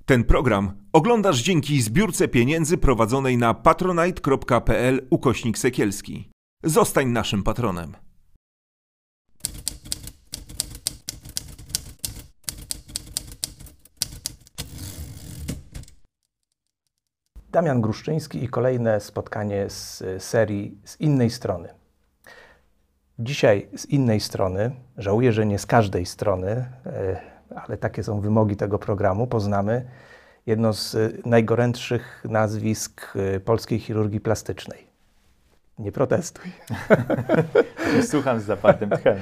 Ten program oglądasz dzięki zbiórce pieniędzy prowadzonej na patronite.pl/Sekielski. Zostań naszym patronem. Damian Gruszczyński i kolejne spotkanie z serii Z innej strony. Dzisiaj z innej strony, żałuję, że nie z każdej strony, ale takie są wymogi tego programu, poznamy jedno z najgorętszych nazwisk polskiej chirurgii plastycznej. Nie protestuj. Słucham z zapartym tchem.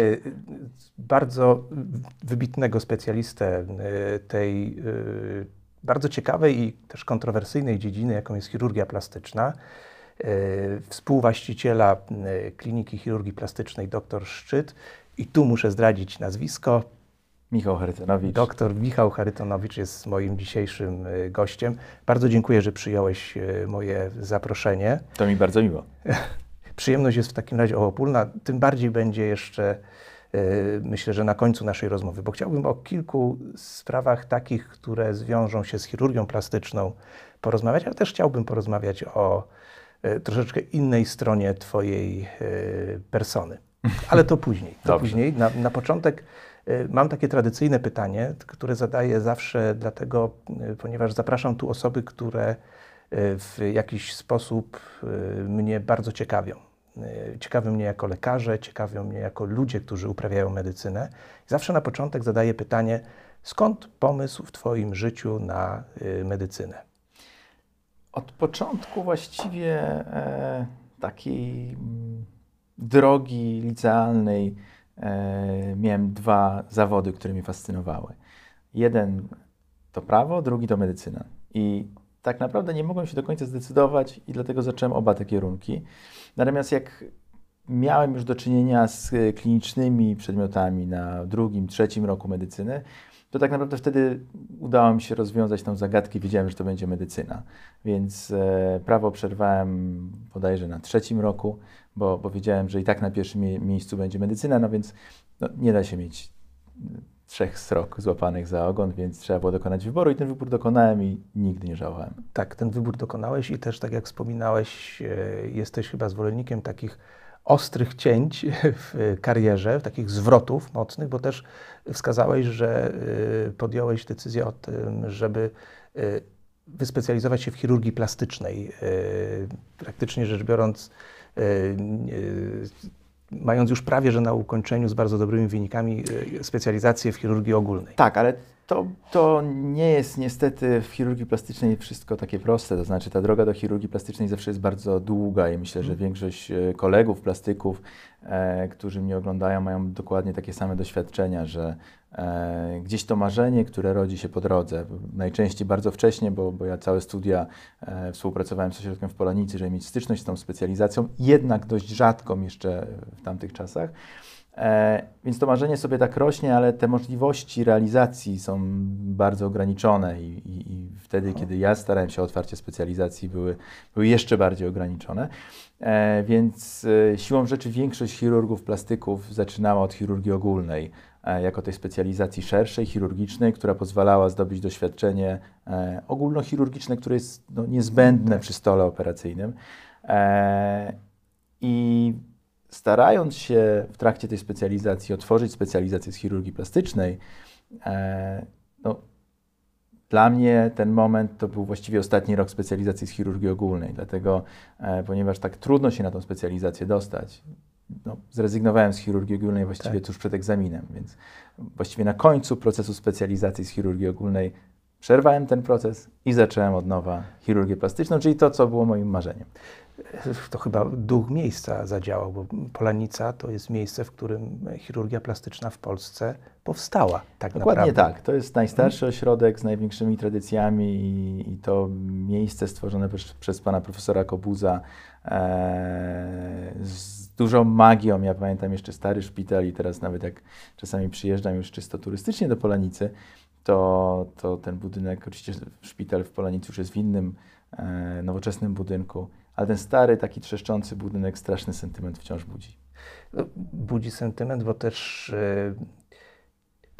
Bardzo wybitnego specjalistę tej bardzo ciekawej i też kontrowersyjnej dziedziny, jaką jest chirurgia plastyczna, współwłaściciela Kliniki Chirurgii Plastycznej dr Szczyt. I tu muszę zdradzić nazwisko. Michał Charytonowicz. Doktor Michał Charytonowicz jest moim dzisiejszym gościem. Bardzo dziękuję, że przyjąłeś moje zaproszenie. To mi bardzo miło. Przyjemność jest w takim razie obopólna. Tym bardziej będzie jeszcze, myślę, że na końcu naszej rozmowy, bo chciałbym o kilku sprawach takich, które zwiążą się z chirurgią plastyczną porozmawiać, ale też chciałbym porozmawiać o troszeczkę innej stronie twojej persony. Ale to później. Później. Na początek mam takie tradycyjne pytanie, które zadaję zawsze dlatego, ponieważ zapraszam tu osoby, które w jakiś sposób mnie bardzo ciekawią. Ciekawią mnie jako lekarze, ciekawią mnie jako ludzie, którzy uprawiają medycynę. Zawsze na początek zadaję pytanie, skąd pomysł w twoim życiu na medycynę? Od początku właściwie takiej drogi licealnej miałem dwa zawody, które mnie fascynowały. Jeden to prawo, drugi to medycyna. I tak naprawdę nie mogłem się do końca zdecydować i dlatego zacząłem oba te kierunki. Natomiast jak miałem już do czynienia z klinicznymi przedmiotami na drugim, trzecim roku medycyny, to tak naprawdę wtedy udało mi się rozwiązać tą zagadkę i wiedziałem, że to będzie medycyna. Więc prawo przerwałem bodajże na trzecim roku, bo wiedziałem, że i tak na pierwszym miejscu będzie medycyna, no więc nie da się mieć 3 srok złapanych za ogon, więc trzeba było dokonać wyboru i ten wybór dokonałem i nigdy nie żałowałem. Tak, ten wybór dokonałeś i też, tak jak wspominałeś, jesteś chyba zwolennikiem takich ostrych cięć w karierze, takich zwrotów mocnych, bo też wskazałeś, że podjąłeś decyzję o tym, żeby wyspecjalizować się w chirurgii plastycznej. Praktycznie rzecz biorąc, mając już prawie że na ukończeniu z bardzo dobrymi wynikami specjalizację w chirurgii ogólnej. Tak, ale to nie jest niestety w chirurgii plastycznej wszystko takie proste. To znaczy ta droga do chirurgii plastycznej zawsze jest bardzo długa i myślę, że większość kolegów, plastyków, którzy mnie oglądają, mają dokładnie takie same doświadczenia, że gdzieś to marzenie, które rodzi się po drodze, najczęściej bardzo wcześnie, bo ja całe studia współpracowałem z ośrodkiem w Polanicy, żeby mieć styczność z tą specjalizacją, jednak dość rzadką jeszcze w tamtych czasach. Więc to marzenie sobie tak rośnie, ale te możliwości realizacji są bardzo ograniczone i wtedy, kiedy ja starałem się o otwarcie specjalizacji, były jeszcze bardziej ograniczone. Więc siłą rzeczy większość chirurgów, plastyków zaczynała od chirurgii ogólnej, jako tej specjalizacji szerszej, chirurgicznej, która pozwalała zdobyć doświadczenie ogólnochirurgiczne, które jest niezbędne przy stole operacyjnym. I starając się w trakcie tej specjalizacji otworzyć specjalizację z chirurgii plastycznej, dla mnie ten moment to był właściwie ostatni rok specjalizacji z chirurgii ogólnej, dlatego, ponieważ tak trudno się na tą specjalizację dostać, zrezygnowałem z chirurgii ogólnej właściwie tuż przed egzaminem, więc właściwie na końcu procesu specjalizacji z chirurgii ogólnej przerwałem ten proces i zacząłem od nowa chirurgię plastyczną, czyli to, co było moim marzeniem. To chyba duch miejsca zadziałał, bo Polanica to jest miejsce, w którym chirurgia plastyczna w Polsce powstała. Dokładnie naprawdę. Tak. To jest najstarszy ośrodek z największymi tradycjami i to miejsce stworzone przez pana profesora Kobuza z dużą magią. Ja pamiętam jeszcze stary szpital i teraz nawet jak czasami przyjeżdżam już czysto turystycznie do Polanicy, to ten budynek, oczywiście szpital w Polanicy już jest w innym, nowoczesnym budynku, ale ten stary, taki trzeszczący budynek straszny sentyment wciąż budzi. Budzi sentyment, bo też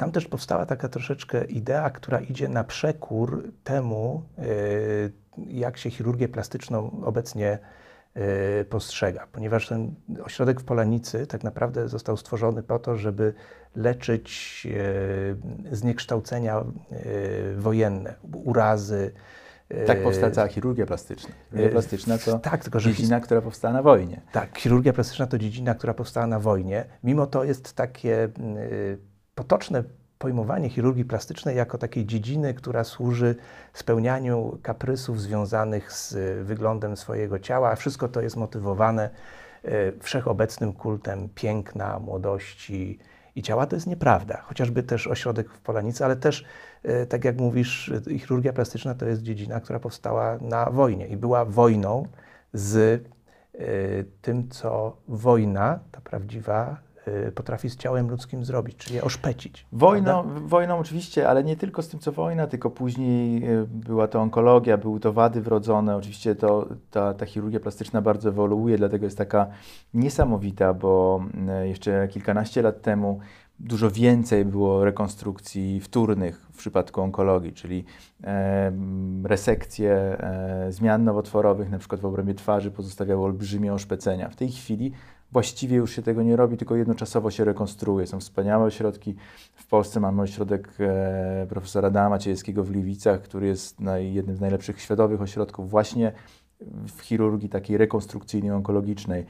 tam też powstała taka troszeczkę idea, która idzie na przekór temu, jak się chirurgię plastyczną obecnie postrzega, ponieważ ten ośrodek w Polanicy tak naprawdę został stworzony po to, żeby leczyć zniekształcenia wojenne, urazy. Tak powstała cała chirurgia plastyczna. Chirurgia plastyczna to tak, tylko, że dziedzina, która powstała na wojnie. Tak, chirurgia plastyczna to dziedzina, która powstała na wojnie. Mimo to jest takie potoczne pojmowanie chirurgii plastycznej jako takiej dziedziny, która służy spełnianiu kaprysów związanych z wyglądem swojego ciała, a wszystko to jest motywowane wszechobecnym kultem piękna, młodości i ciała. To jest nieprawda. Chociażby też ośrodek w Polanicy, ale też, tak jak mówisz, chirurgia plastyczna to jest dziedzina, która powstała na wojnie i była wojną z tym, co wojna, ta prawdziwa, potrafi z ciałem ludzkim zrobić, czyli je oszpecić. Wojną oczywiście, ale nie tylko z tym, co wojna, tylko później była to onkologia, były to wady wrodzone. Oczywiście ta chirurgia plastyczna bardzo ewoluuje, dlatego jest taka niesamowita, bo jeszcze kilkanaście lat temu dużo więcej było rekonstrukcji wtórnych w przypadku onkologii, czyli resekcje zmian nowotworowych, na przykład w obrębie twarzy, pozostawiały olbrzymie oszpecenia. W tej chwili właściwie już się tego nie robi, tylko jednoczasowo się rekonstruuje. Są wspaniałe ośrodki. W Polsce mamy ośrodek profesora Adama Maciejewskiego w Gliwicach, który jest jednym z najlepszych światowych ośrodków właśnie w chirurgii takiej rekonstrukcyjnej, onkologicznej.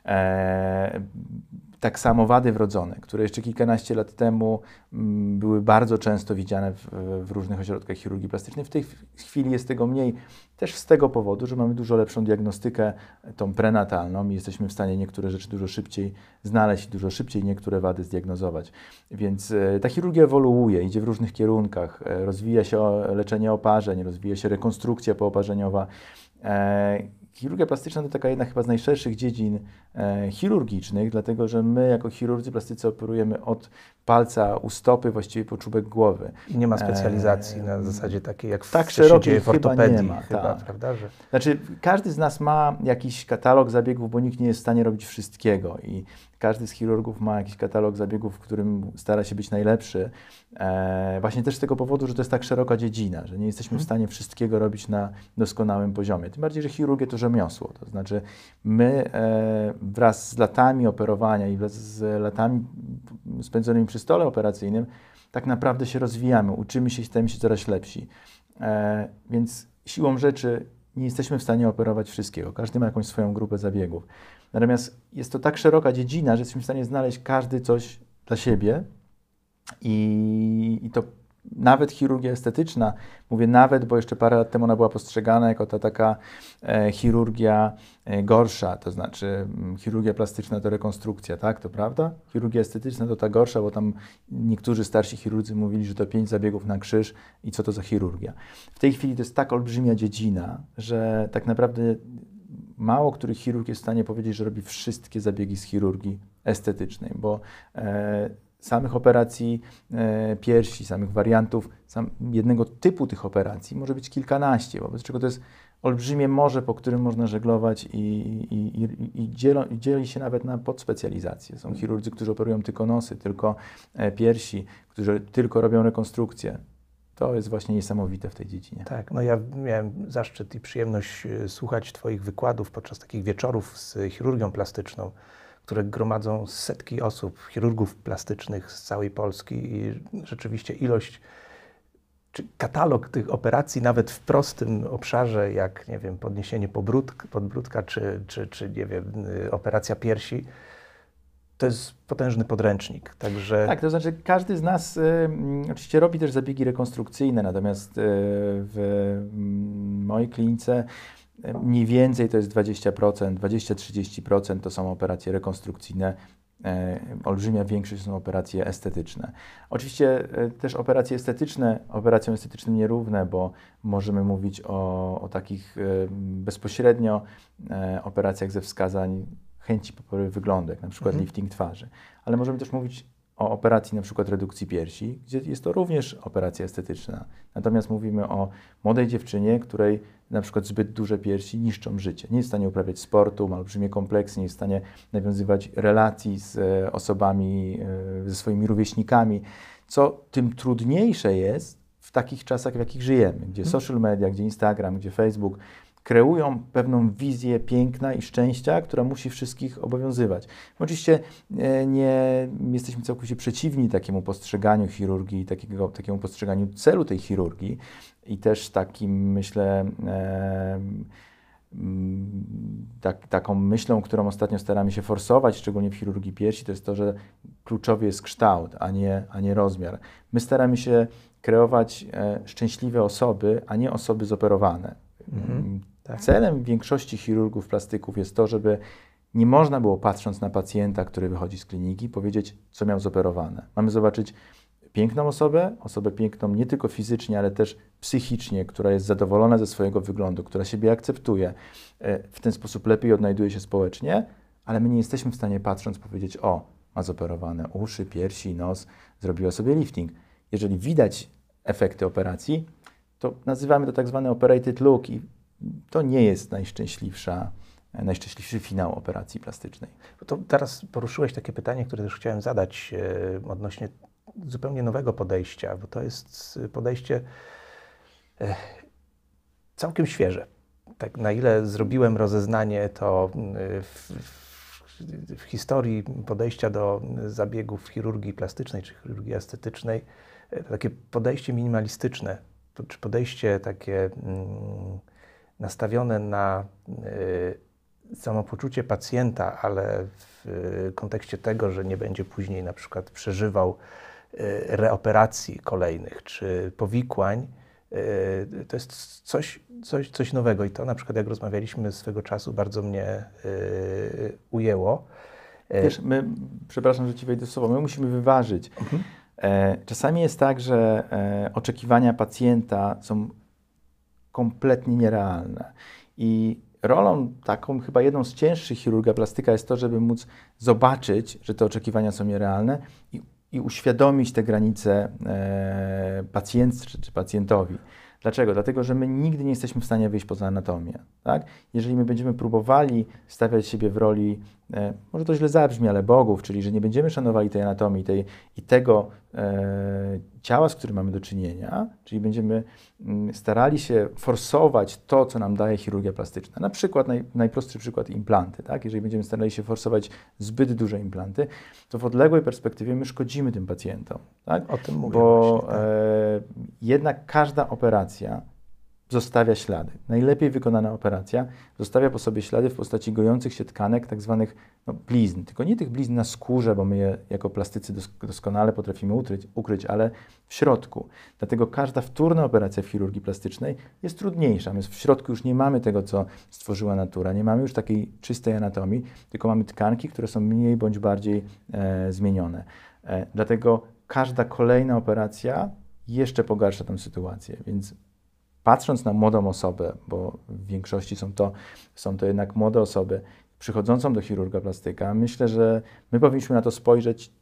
Tak samo wady wrodzone, które jeszcze kilkanaście lat temu były bardzo często widziane w różnych ośrodkach chirurgii plastycznej. W tej chwili jest tego mniej, też z tego powodu, że mamy dużo lepszą diagnostykę, tą prenatalną i jesteśmy w stanie niektóre rzeczy dużo szybciej znaleźć, dużo szybciej niektóre wady zdiagnozować. Więc ta chirurgia ewoluuje, idzie w różnych kierunkach, rozwija się leczenie oparzeń, rozwija się rekonstrukcja pooparzeniowa. Chirurgia plastyczna to taka jedna chyba z najszerszych dziedzin chirurgicznych, dlatego że my jako chirurdzy plastycy operujemy od palca u stopy, właściwie po czubek głowy. I nie ma specjalizacji na zasadzie takiej, jak tak się dzieje w chyba ortopedii. nie ma, Prawda? Że... Znaczy, każdy z nas ma jakiś katalog zabiegów, bo nikt nie jest w stanie robić wszystkiego i każdy z chirurgów ma jakiś katalog zabiegów, w którym stara się być najlepszy. Właśnie też z tego powodu, że to jest tak szeroka dziedzina, że nie jesteśmy w stanie wszystkiego robić na doskonałym poziomie. Tym bardziej, że chirurgia to rzemiosło. To znaczy my wraz z latami operowania i wraz z latami spędzonymi przy stole operacyjnym tak naprawdę się rozwijamy, uczymy się i stajemy się coraz lepsi. Więc siłą rzeczy nie jesteśmy w stanie operować wszystkiego. Każdy ma jakąś swoją grupę zabiegów. Natomiast jest to tak szeroka dziedzina, że jesteśmy w stanie znaleźć każdy coś dla siebie i to nawet chirurgia estetyczna, mówię nawet, bo jeszcze parę lat temu ona była postrzegana jako ta taka chirurgia gorsza, to znaczy chirurgia plastyczna to rekonstrukcja, tak, to prawda? Chirurgia estetyczna to ta gorsza, bo tam niektórzy starsi chirurdzy mówili, że to 5 zabiegów na krzyż i co to za chirurgia. W tej chwili to jest tak olbrzymia dziedzina, że tak naprawdę mało który chirurg jest w stanie powiedzieć, że robi wszystkie zabiegi z chirurgii estetycznej, bo samych operacji piersi, samych wariantów, jednego typu tych operacji może być kilkanaście, wobec czego to jest olbrzymie morze, po którym można żeglować i dzieli się nawet na podspecjalizacje. Są chirurdzy, którzy operują tylko nosy, tylko piersi, którzy tylko robią rekonstrukcję. To jest właśnie niesamowite w tej dziedzinie. Tak, no ja miałem zaszczyt i przyjemność słuchać Twoich wykładów podczas takich wieczorów z chirurgią plastyczną, które gromadzą setki osób, chirurgów plastycznych z całej Polski i rzeczywiście ilość, czy katalog tych operacji nawet w prostym obszarze, jak nie wiem, podniesienie podbródka, czy nie wiem, operacja piersi, to jest potężny podręcznik. Także... Tak, to znaczy każdy z nas oczywiście robi też zabiegi rekonstrukcyjne, natomiast w mojej klinice mniej więcej to jest 20%, 20-30% to są operacje rekonstrukcyjne, olbrzymia większość są operacje estetyczne. Oczywiście też operacje estetyczne, operacjom estetycznym nierówne, bo możemy mówić o takich bezpośrednio operacjach ze wskazań chęci poprawy wyglądu, jak na przykład lifting twarzy. Ale możemy też mówić o operacji na przykład redukcji piersi, gdzie jest to również operacja estetyczna. Natomiast mówimy o młodej dziewczynie, której na przykład zbyt duże piersi niszczą życie. Nie jest w stanie uprawiać sportu, ma olbrzymie kompleksy, nie jest w stanie nawiązywać relacji z osobami, ze swoimi rówieśnikami, co tym trudniejsze jest w takich czasach, w jakich żyjemy, gdzie social media, gdzie Instagram, gdzie Facebook kreują pewną wizję piękna i szczęścia, która musi wszystkich obowiązywać. Oczywiście nie jesteśmy całkowicie przeciwni takiemu postrzeganiu chirurgii, takiemu postrzeganiu celu tej chirurgii i też takim, myślę, taką myślą, którą ostatnio staramy się forsować, szczególnie w chirurgii piersi, to jest to, że kluczowy jest kształt, a nie rozmiar. My staramy się kreować szczęśliwe osoby, a nie osoby zoperowane. Tak. Celem większości chirurgów plastyków jest to, żeby nie można było, patrząc na pacjenta, który wychodzi z kliniki, powiedzieć, co miał zoperowane. Mamy zobaczyć piękną osobę piękną nie tylko fizycznie, ale też psychicznie, która jest zadowolona ze swojego wyglądu, która siebie akceptuje, w ten sposób lepiej odnajduje się społecznie, ale my nie jesteśmy w stanie, patrząc, powiedzieć, o, ma zoperowane uszy, piersi, nos, zrobiła sobie lifting. Jeżeli widać efekty operacji, to nazywamy to tak zwany operated look i to nie jest najszczęśliwszy finał operacji plastycznej. To teraz poruszyłeś takie pytanie, które też chciałem zadać odnośnie zupełnie nowego podejścia, bo to jest podejście całkiem świeże. Tak, na ile zrobiłem rozeznanie, to w historii podejścia do zabiegów chirurgii plastycznej czy chirurgii estetycznej, takie podejście minimalistyczne, czy podejście takie nastawione na samopoczucie pacjenta, ale w kontekście tego, że nie będzie później na przykład przeżywał reoperacji kolejnych czy powikłań, to jest coś nowego i to na przykład jak rozmawialiśmy swego czasu bardzo mnie ujęło. Wiesz, przepraszam, że Ci wejdę w słowo, my musimy wyważyć. Czasami jest tak, że oczekiwania pacjenta są kompletnie nierealne i rolą taką, chyba jedną z cięższych chirurga plastyka jest to, żeby móc zobaczyć, że te oczekiwania są nierealne i uświadomić te granice pacjentce czy pacjentowi. Dlaczego? Dlatego, że my nigdy nie jesteśmy w stanie wyjść poza anatomię. Tak? Jeżeli my będziemy próbowali stawiać siebie w roli, może to źle zabrzmi, ale bogów, czyli że nie będziemy szanowali tej anatomii i tego ciała, z którym mamy do czynienia, czyli będziemy starali się forsować to, co nam daje chirurgia plastyczna. Na przykład, najprostszy przykład, implanty. Tak? Jeżeli będziemy starali się forsować zbyt duże implanty, to w odległej perspektywie my szkodzimy tym pacjentom. Tak? O tym mówię bo właśnie, tak. jednak każda operacja zostawia ślady. Najlepiej wykonana operacja zostawia po sobie ślady w postaci gojących się tkanek, tak zwanych blizn. Tylko nie tych blizn na skórze, bo my je jako plastycy doskonale potrafimy ukryć, ale w środku. Dlatego każda wtórna operacja w chirurgii plastycznej jest trudniejsza. My w środku już nie mamy tego, co stworzyła natura. Nie mamy już takiej czystej anatomii, tylko mamy tkanki, które są mniej bądź bardziej zmienione. Dlatego każda kolejna operacja jeszcze pogarsza tę sytuację. Więc patrząc na młodą osobę, bo w większości są to jednak młode osoby przychodzącą do chirurga plastyka, myślę, że my powinniśmy na to spojrzeć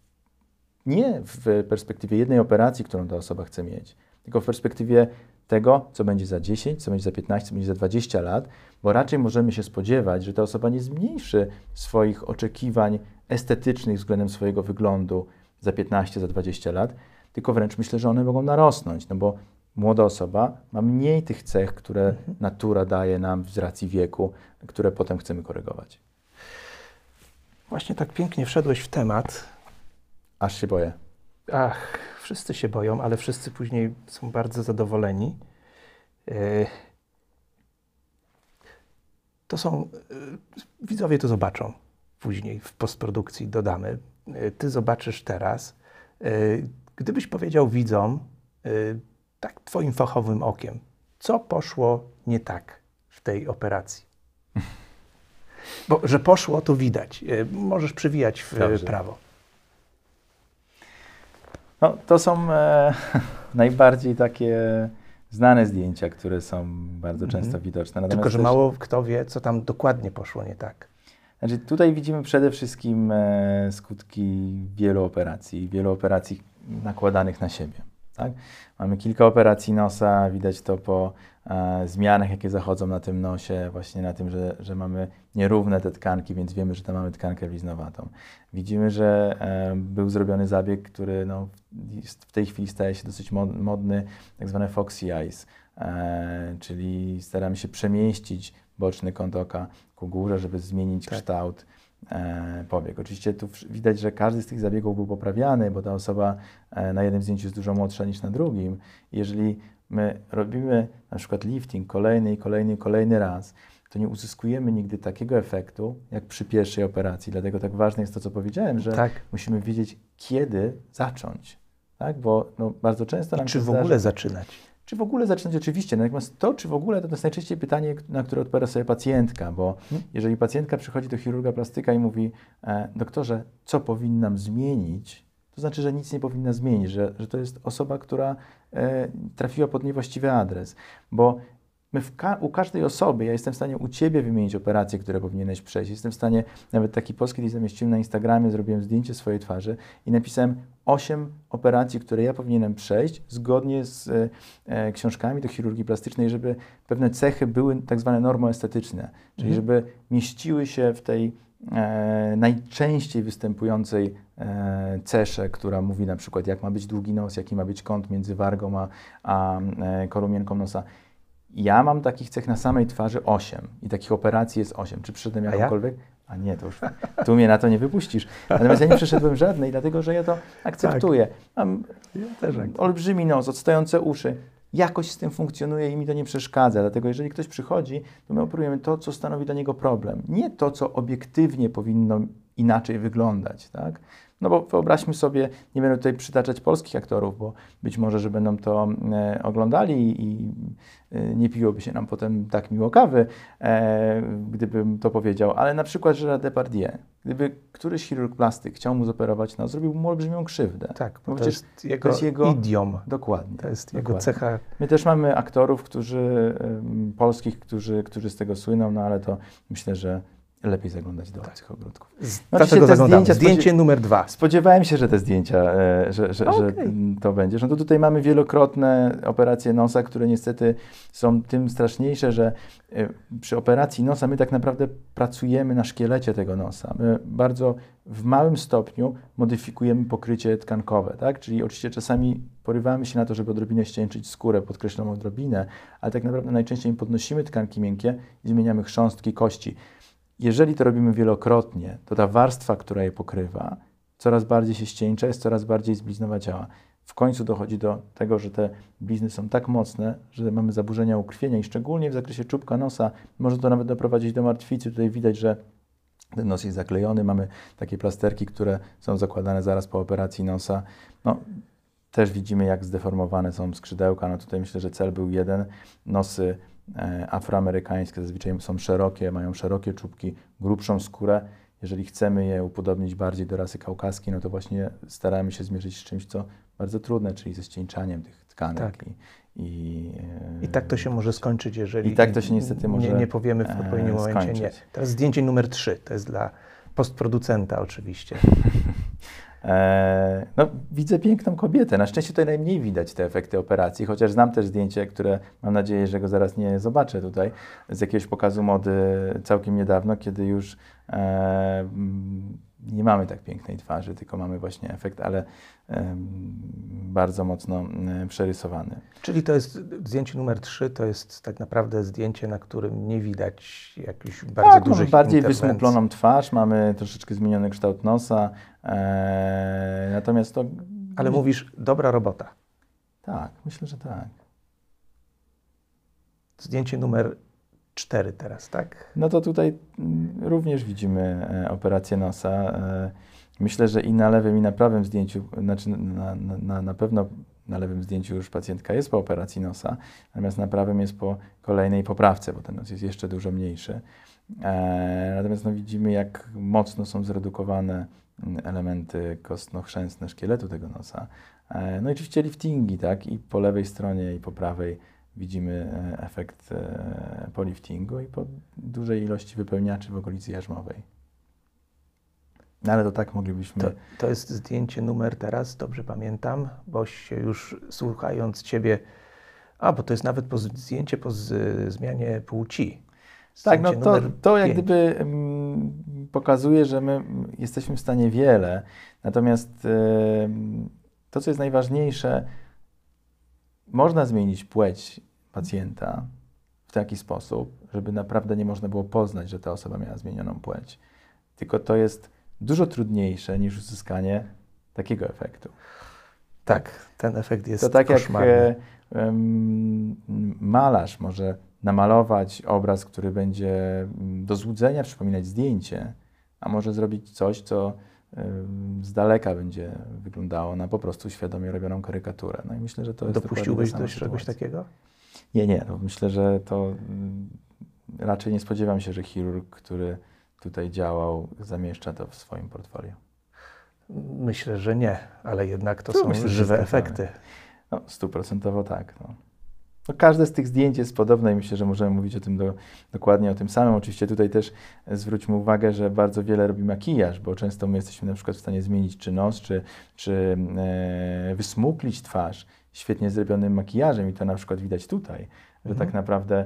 nie w perspektywie jednej operacji, którą ta osoba chce mieć, tylko w perspektywie tego, co będzie za 10, co będzie za 15, co będzie za 20 lat, bo raczej możemy się spodziewać, że ta osoba nie zmniejszy swoich oczekiwań estetycznych względem swojego wyglądu za 15, za 20 lat, tylko wręcz myślę, że one mogą narosnąć, no bo młoda osoba ma mniej tych cech, które natura daje nam z racji wieku, które potem chcemy korygować. Właśnie tak pięknie wszedłeś w temat. Aż się boję. Ach, wszyscy się boją, ale wszyscy później są bardzo zadowoleni. Widzowie to zobaczą później, w postprodukcji dodamy. Ty zobaczysz teraz. Gdybyś powiedział widzom, tak twoim fachowym okiem, co poszło nie tak w tej operacji? Bo że poszło, to widać. Możesz przywijać w prawo. No, to są najbardziej takie znane zdjęcia, które są bardzo często widoczne. Natomiast tylko, że mało kto wie, co tam dokładnie poszło nie tak. Znaczy, tutaj widzimy przede wszystkim skutki wielu operacji nakładanych na siebie. Tak? Mamy kilka operacji nosa, widać to po zmianach, jakie zachodzą na tym nosie, właśnie na tym, że mamy nierówne te tkanki, więc wiemy, że tam mamy tkankę bliznowatą. Widzimy, że był zrobiony zabieg, który no, w tej chwili staje się dosyć modny, tak zwane Foxy Eyes, czyli staramy się przemieścić boczny kąt oka ku górze, żeby zmienić kształt powiek. Oczywiście tu widać, że każdy z tych zabiegów był poprawiany, bo ta osoba na jednym zdjęciu jest dużo młodsza niż na drugim. Jeżeli my robimy na przykład lifting kolejny raz, to nie uzyskujemy nigdy takiego efektu, jak przy pierwszej operacji. Dlatego tak ważne jest to, co powiedziałem, że musimy wiedzieć, kiedy zacząć. Tak? Bo no, bardzo często nam czy w ogóle zaczynać? Czy w ogóle zaczynać? Oczywiście. Natomiast to, czy w ogóle, to jest najczęściej pytanie, na które odpowiada sobie pacjentka, bo jeżeli pacjentka przychodzi do chirurga plastyka i mówi, doktorze, co powinnam zmienić, to znaczy, że nic nie powinna zmienić, że to jest osoba, która trafiła pod niewłaściwy adres. Bo my u każdej osoby, ja jestem w stanie u Ciebie wymienić operacje, które powinieneś przejść. Jestem w stanie, nawet taki post kiedyś zamieściłem na Instagramie, zrobiłem zdjęcie swojej twarzy i napisałem 8 operacji, które ja powinienem przejść zgodnie z książkami do chirurgii plastycznej, żeby pewne cechy były tak zwane normoestetyczne, czyli żeby mieściły się w tej najczęściej występującej cesze, która mówi na przykład, jak ma być długi nos, jaki ma być kąt między wargą a kolumienką nosa. Ja mam takich cech na samej twarzy 8 i takich operacji jest 8. Czy przyszedłem jakąkolwiek? A nie, to już tu mnie na to nie wypuścisz. Natomiast ja nie przeszedłem żadnej, dlatego że ja to akceptuję. Mam olbrzymi nos, odstające uszy. Jakoś z tym funkcjonuje i mi to nie przeszkadza. Dlatego jeżeli ktoś przychodzi, to my operujemy to, co stanowi dla niego problem. Nie to, co obiektywnie powinno inaczej wyglądać. Tak? No bo wyobraźmy sobie, nie będę tutaj przytaczać polskich aktorów, bo być może, że będą to oglądali i nie piłoby się nam potem tak miło kawy, gdybym to powiedział, ale na przykład Gérard Depardieu, gdyby któryś chirurg plastyk chciał mu zoperować nos, zrobił mu olbrzymią krzywdę. Tak, bo to jest jego idiom. Dokładnie. To jest jego cecha. My też mamy aktorów, polskich, którzy z tego słyną, no ale to myślę, że lepiej zaglądać do obcych ogródków. Dlaczego zaglądamy? Zdjęcie numer 2. Spodziewałem się, że te zdjęcia, że to będzie. No to tutaj mamy wielokrotne operacje nosa, które niestety są tym straszniejsze, że przy operacji nosa my tak naprawdę pracujemy na szkielecie tego nosa. My bardzo w małym stopniu modyfikujemy pokrycie tkankowe, tak? Czyli oczywiście czasami porywamy się na to, żeby odrobinę ścieńczyć skórę, podkreśloną odrobinę, ale tak naprawdę najczęściej podnosimy tkanki miękkie i zmieniamy chrząstki kości. Jeżeli to robimy wielokrotnie, to ta warstwa, która je pokrywa, coraz bardziej się ścieńcza, jest coraz bardziej zbliznowaciała. W końcu dochodzi do tego, że te blizny są tak mocne, że mamy zaburzenia ukrwienia i szczególnie w zakresie czubka nosa może to nawet doprowadzić do martwicy. Tutaj widać, że ten nos jest zaklejony. Mamy takie plasterki, które są zakładane zaraz po operacji nosa. No, też widzimy, jak zdeformowane są skrzydełka. No tutaj myślę, że cel był jeden. Nosy afroamerykańskie zazwyczaj są szerokie, mają szerokie czubki, grubszą skórę. Jeżeli chcemy je upodobnić bardziej do rasy kaukaskiej, no to właśnie staramy się zmierzyć z czymś, co bardzo trudne, czyli ze ścieńczaniem tych tkanek. Tak. I tak to się może skończyć, jeżeli tak to się niestety może nie powiemy w odpowiednim momencie skończyć. nie. Teraz zdjęcie numer 3, to jest dla postproducenta oczywiście. No, widzę piękną kobietę. Na szczęście tutaj najmniej widać te efekty operacji, chociaż znam też zdjęcie, które mam nadzieję, że go zaraz nie zobaczę tutaj, z jakiegoś pokazu mody całkiem niedawno, kiedy już nie mamy tak pięknej twarzy, tylko mamy właśnie efekt, ale bardzo mocno przerysowany. Czyli to jest zdjęcie numer 3, to jest tak naprawdę zdjęcie, na którym nie widać jakichś bardzo dużych mamy bardziej interwencji. wysmukloną twarz, mamy troszeczkę zmieniony kształt nosa, natomiast to... Ale mówisz, dobra robota. Tak, myślę, że tak. Zdjęcie numer 4 teraz, tak? No to tutaj również widzimy operację nosa. Myślę, że i na lewym, i na prawym zdjęciu, znaczy na pewno na lewym zdjęciu już pacjentka jest po operacji nosa, natomiast na prawym jest po kolejnej poprawce, bo ten nos jest jeszcze dużo mniejszy. Natomiast no, widzimy, jak mocno są zredukowane elementy kostno-chrzęsne szkieletu tego nosa. No i oczywiście liftingi, tak? I po lewej stronie, i po prawej widzimy efekt po liftingu i po dużej ilości wypełniaczy w okolicy jarzmowej. No, ale to tak moglibyśmy... To jest zdjęcie numer teraz, dobrze pamiętam, bo się już słuchając Ciebie, bo to jest nawet zdjęcie po zmianie płci. Tak, no Zdjęcie to jak 5. gdyby pokazuje, że my jesteśmy w stanie wiele, natomiast to, co jest najważniejsze, można zmienić płeć pacjenta w taki sposób, żeby naprawdę nie można było poznać, że ta osoba miała zmienioną płeć. Tylko to jest dużo trudniejsze niż uzyskanie takiego efektu. Tak, ten efekt jest to tak koszmarny. Jak malarz może namalować obraz, który będzie do złudzenia przypominać zdjęcie, a może zrobić coś, co z daleka będzie wyglądało na po prostu świadomie robioną karykaturę. No i myślę, że to jest Dopuściłbyś do czegoś takiego? Nie. No myślę, że to raczej nie spodziewam się, że chirurg, który tutaj działał, zamieszcza to w swoim portfolio. Myślę, że nie, ale jednak to są myślę, żywe efekty. No, 100% tak. No, każde z tych zdjęć jest podobne i myślę, że możemy mówić o tym dokładnie o tym samym. Oczywiście tutaj też zwróćmy uwagę, że bardzo wiele robi makijaż, bo często my jesteśmy na przykład w stanie zmienić czy nos, czy wysmuklić twarz świetnie zrobionym makijażem i to na przykład widać tutaj, że tak naprawdę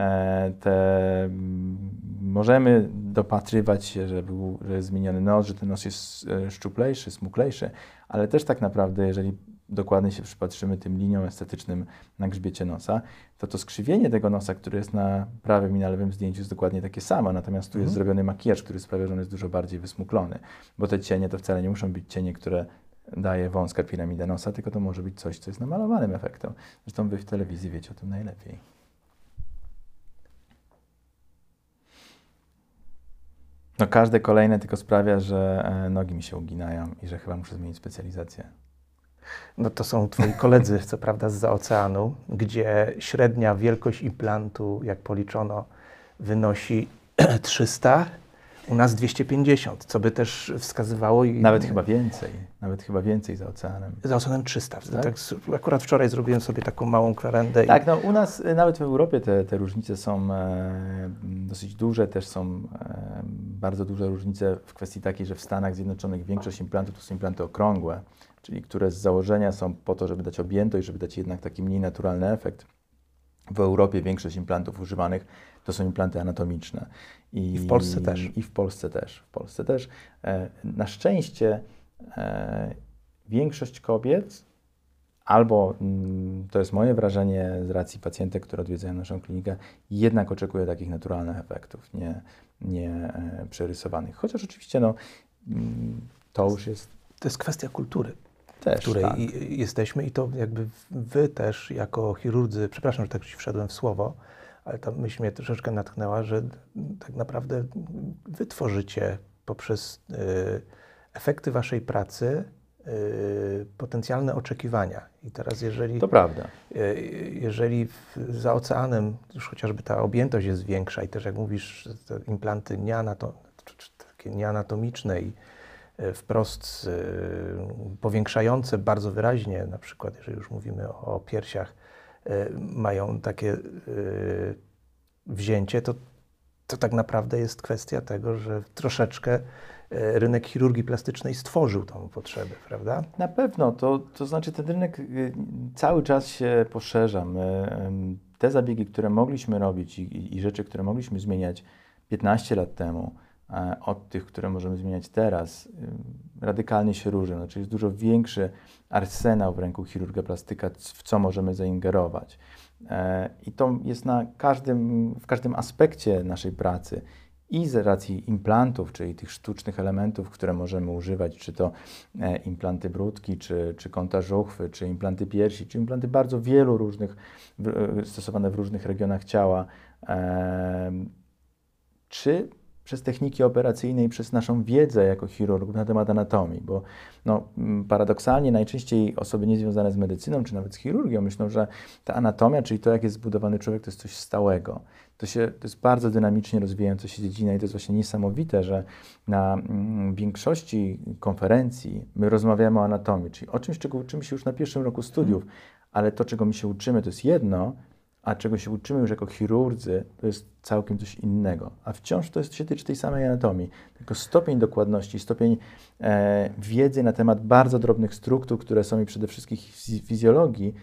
możemy dopatrywać się, że jest zmieniony nos, że ten nos jest szczuplejszy, smuklejszy, ale też tak naprawdę, jeżeli dokładnie się przypatrzymy tym liniom estetycznym na grzbiecie nosa, to skrzywienie tego nosa, które jest na prawym i na lewym zdjęciu, jest dokładnie takie samo, natomiast tu jest zrobiony makijaż, który sprawia, że on jest dużo bardziej wysmuklony, bo te cienie to wcale nie muszą być cienie, które daje wąska piramida nosa, tylko to może być coś, co jest namalowanym efektem. Zresztą wy w telewizji wiecie o tym najlepiej. No każde kolejne tylko sprawia, że nogi mi się uginają i że chyba muszę zmienić specjalizację. No to są Twoi koledzy, co prawda zza oceanu, gdzie średnia wielkość implantu, jak policzono, wynosi 300, u nas 250, co by też wskazywało... Nawet chyba więcej za oceanem. Za oceanem 300. Tak? Tak, akurat wczoraj zrobiłem sobie taką małą kwerendę. Tak, no u nas nawet w Europie te różnice są dosyć duże, też są bardzo duże różnice w kwestii takiej, że w Stanach Zjednoczonych większość implantów to są implanty okrągłe, czyli które z założenia są po to, żeby dać objętość, żeby dać jednak taki mniej naturalny efekt. W Europie większość implantów używanych to są implanty anatomiczne. I w Polsce też. I w Polsce też. Na szczęście większość kobiet, albo to jest moje wrażenie z racji pacjentek, które odwiedzają naszą klinikę, jednak oczekuje takich naturalnych efektów, nie przerysowanych. Chociaż oczywiście to już jest... To jest kwestia kultury, też, w której tak. jesteśmy i to jakby wy też jako chirurdzy, przepraszam, że tak ci wszedłem w słowo, ale ta myśl mnie troszeczkę natchnęła, że tak naprawdę wy tworzycie poprzez efekty waszej pracy potencjalne oczekiwania. I teraz jeżeli... To prawda. Jeżeli za oceanem już chociażby ta objętość jest większa i też jak mówisz, te implanty takie nieanatomiczne i wprost powiększające bardzo wyraźnie, na przykład jeżeli już mówimy o piersiach, mają takie wzięcie, to tak naprawdę jest kwestia tego, że troszeczkę rynek chirurgii plastycznej stworzył tą potrzebę, prawda? Na pewno, to znaczy ten rynek cały czas się poszerza. Te zabiegi, które mogliśmy robić i rzeczy, które mogliśmy zmieniać 15 lat temu, od tych, które możemy zmieniać teraz, radykalnie się różnią. Znaczy jest dużo większy arsenał w ręku chirurga plastyka, w co możemy zaingerować. I to jest w każdym aspekcie naszej pracy. I z racji implantów, czyli tych sztucznych elementów, które możemy używać, czy to implanty bródki, czy kąta żuchwy, czy implanty piersi, czy implanty bardzo wielu różnych, stosowane w różnych regionach ciała, czy przez techniki operacyjne i przez naszą wiedzę jako chirurgów na temat anatomii, bo paradoksalnie najczęściej osoby niezwiązane z medycyną, czy nawet z chirurgią myślą, że ta anatomia, czyli to, jak jest zbudowany człowiek, to jest coś stałego. To jest bardzo dynamicznie rozwijająca się dziedzina i to jest właśnie niesamowite, że na większości konferencji my rozmawiamy o anatomii, czyli o czymś, czego uczymy się już na pierwszym roku studiów, ale to, czego my się uczymy, to jest jedno, a czego się uczymy już jako chirurdzy, to jest całkiem coś innego. A wciąż to się tyczy tej samej anatomii. Tylko stopień dokładności, stopień wiedzy na temat bardzo drobnych struktur, które są i przede wszystkim fizjologii,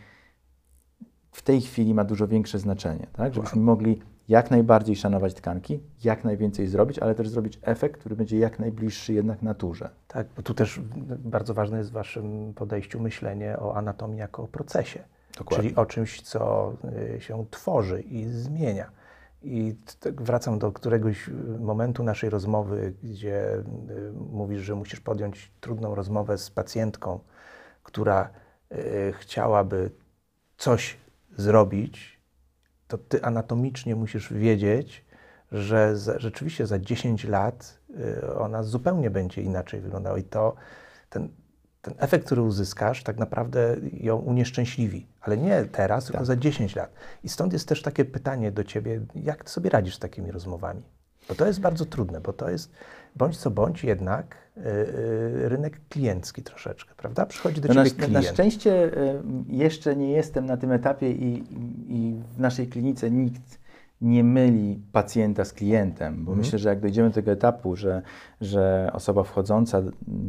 w tej chwili ma dużo większe znaczenie. Tak? Żebyśmy mogli jak najbardziej szanować tkanki, jak najwięcej zrobić, ale też zrobić efekt, który będzie jak najbliższy jednak naturze. Tak, bo tu też bardzo ważne jest w Waszym podejściu myślenie o anatomii jako o procesie. Dokładnie. Czyli o czymś, co się tworzy i zmienia. I wracam do któregoś momentu naszej rozmowy, gdzie mówisz, że musisz podjąć trudną rozmowę z pacjentką, która chciałaby coś zrobić, to ty anatomicznie musisz wiedzieć, że rzeczywiście za 10 lat ona zupełnie będzie inaczej wyglądała i to ten efekt, który uzyskasz, tak naprawdę ją unieszczęśliwi, ale nie teraz, tylko za 10 lat. I stąd jest też takie pytanie do Ciebie, jak Ty sobie radzisz z takimi rozmowami? Bo to jest bardzo trudne, bo to jest bądź co bądź jednak rynek kliencki troszeczkę, prawda? Przychodzi do Ciebie klient. Na szczęście jeszcze nie jestem na tym etapie i w naszej klinice nikt nie myli pacjenta z klientem, bo myślę, że jak dojdziemy do tego etapu, że osoba wchodząca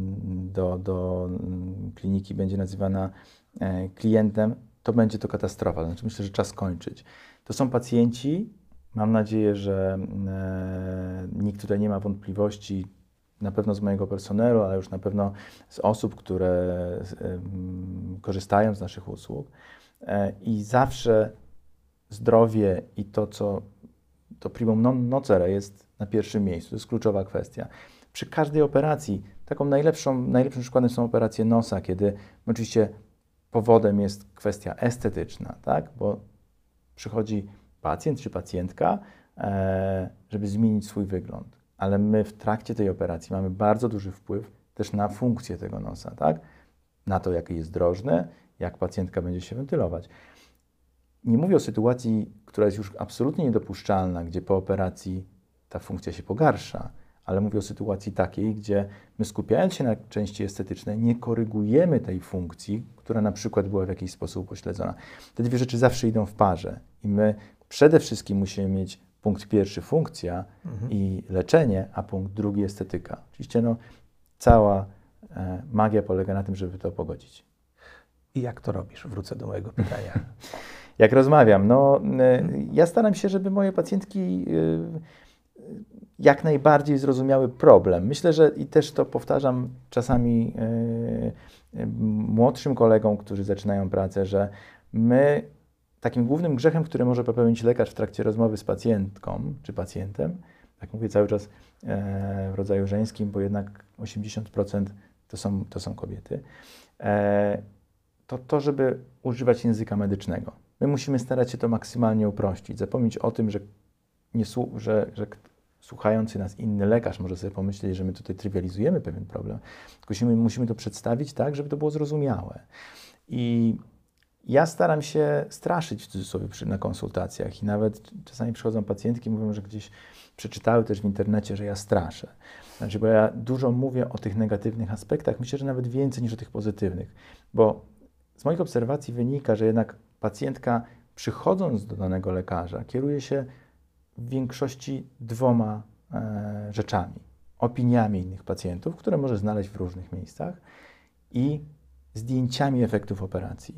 do kliniki będzie nazywana klientem, to będzie to katastrofa. Znaczy myślę, że czas skończyć. To są pacjenci, mam nadzieję, że nikt tutaj nie ma wątpliwości, na pewno z mojego personelu, ale już na pewno z osób, które korzystają z naszych usług i zawsze zdrowie i to primum non nocere jest na pierwszym miejscu. To jest kluczowa kwestia. Przy każdej operacji, najlepszym przykładem są operacje nosa, kiedy oczywiście powodem jest kwestia estetyczna, tak? Bo przychodzi pacjent czy pacjentka, żeby zmienić swój wygląd. Ale my w trakcie tej operacji mamy bardzo duży wpływ też na funkcję tego nosa, tak? Na to, jaki jest drożny, jak pacjentka będzie się wentylować. Nie mówię o sytuacji, która jest już absolutnie niedopuszczalna, gdzie po operacji ta funkcja się pogarsza, ale mówię o sytuacji takiej, gdzie my skupiając się na części estetycznej, nie korygujemy tej funkcji, która na przykład była w jakiś sposób upośledzona. Te dwie rzeczy zawsze idą w parze i my przede wszystkim musimy mieć punkt pierwszy funkcja i leczenie, a punkt drugi estetyka. Oczywiście cała magia polega na tym, żeby to pogodzić. I jak to robisz? Wrócę do mojego pytania. Jak rozmawiam? Ja staram się, żeby moje pacjentki jak najbardziej zrozumiały problem. Myślę, że i też to powtarzam czasami młodszym kolegom, którzy zaczynają pracę, że my takim głównym grzechem, który może popełnić lekarz w trakcie rozmowy z pacjentką czy pacjentem, tak mówię cały czas w rodzaju żeńskim, bo jednak 80% to są kobiety, to żeby używać języka medycznego. My musimy starać się to maksymalnie uprościć, zapomnieć o tym, że słuchający nas inny lekarz może sobie pomyśleć, że my tutaj trywializujemy pewien problem, tylko musimy to przedstawić tak, żeby to było zrozumiałe. I ja staram się straszyć w cudzysłowie na konsultacjach i nawet czasami przychodzą pacjentki i mówią, że gdzieś przeczytały też w internecie, że ja straszę. Znaczy, bo ja dużo mówię o tych negatywnych aspektach, myślę, że nawet więcej niż o tych pozytywnych, bo z moich obserwacji wynika, że jednak pacjentka przychodząc do danego lekarza kieruje się w większości dwoma rzeczami. Opiniami innych pacjentów, które może znaleźć w różnych miejscach i zdjęciami efektów operacji.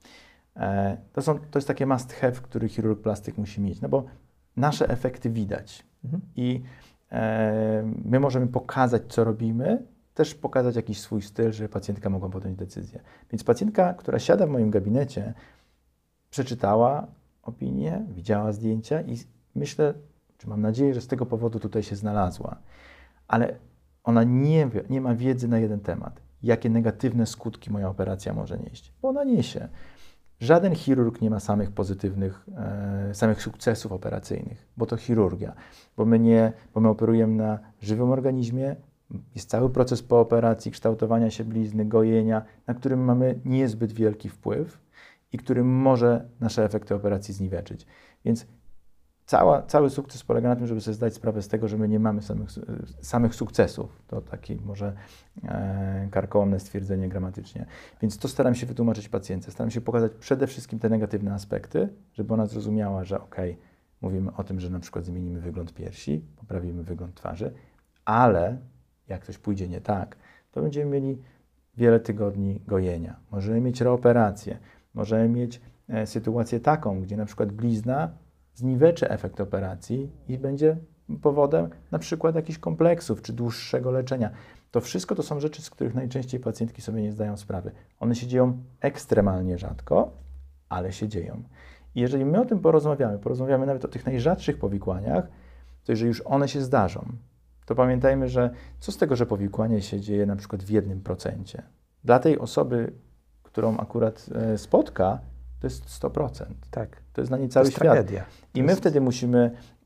To jest takie must have, który chirurg plastyk musi mieć, no bo nasze efekty widać i my możemy pokazać, co robimy, też pokazać jakiś swój styl, żeby pacjentka mogła podjąć decyzję. Więc pacjentka, która siada w moim gabinecie, przeczytała opinię, widziała zdjęcia i myślę, czy mam nadzieję, że z tego powodu tutaj się znalazła. Ale ona nie ma wiedzy na jeden temat. Jakie negatywne skutki moja operacja może nieść. Bo ona niesie. Żaden chirurg nie ma samych sukcesów operacyjnych, bo to chirurgia. Bo my operujemy na żywym organizmie, jest cały proces po operacji, kształtowania się blizny, gojenia, na którym mamy niezbyt wielki wpływ i który może nasze efekty operacji zniweczyć. Więc cały sukces polega na tym, żeby sobie zdać sprawę z tego, że my nie mamy samych sukcesów. To takie może karkołomne stwierdzenie gramatycznie. Więc to staram się wytłumaczyć pacjentce. Staram się pokazać przede wszystkim te negatywne aspekty, żeby ona zrozumiała, że mówimy o tym, że na przykład zmienimy wygląd piersi, poprawimy wygląd twarzy, ale jak coś pójdzie nie tak, to będziemy mieli wiele tygodni gojenia. Możemy mieć reoperację, możemy mieć sytuację taką, gdzie na przykład blizna zniweczy efekt operacji i będzie powodem na przykład jakichś kompleksów czy dłuższego leczenia. To wszystko to są rzeczy, z których najczęściej pacjentki sobie nie zdają sprawy. One się dzieją ekstremalnie rzadko, ale się dzieją. I jeżeli my o tym porozmawiamy nawet o tych najrzadszych powikłaniach, to jeżeli już one się zdarzą, to pamiętajmy, że co z tego, że powikłanie się dzieje na przykład w 1%. Dla tej osoby, którą akurat spotka, to jest 100%. Tak. To jest dla niej cały świat. Tragedia. I my wtedy musimy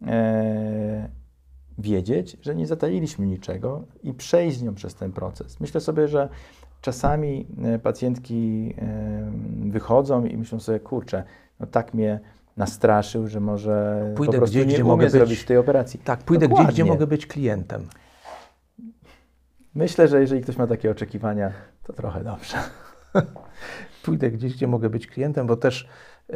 wiedzieć, że nie zatajiliśmy niczego i przejść z nią przez ten proces. Myślę sobie, że czasami pacjentki wychodzą i myślą sobie, kurczę, no tak mnie nastraszył, że może Pójdę po prostu gdzieś, nie gdzie umie mogę zrobić tej operacji. Tak, pójdę Dokładnie. gdzieś, gdzie mogę być klientem. Myślę, że jeżeli ktoś ma takie oczekiwania, to trochę dobrze. Pójdę gdzieś, gdzie mogę być klientem, bo też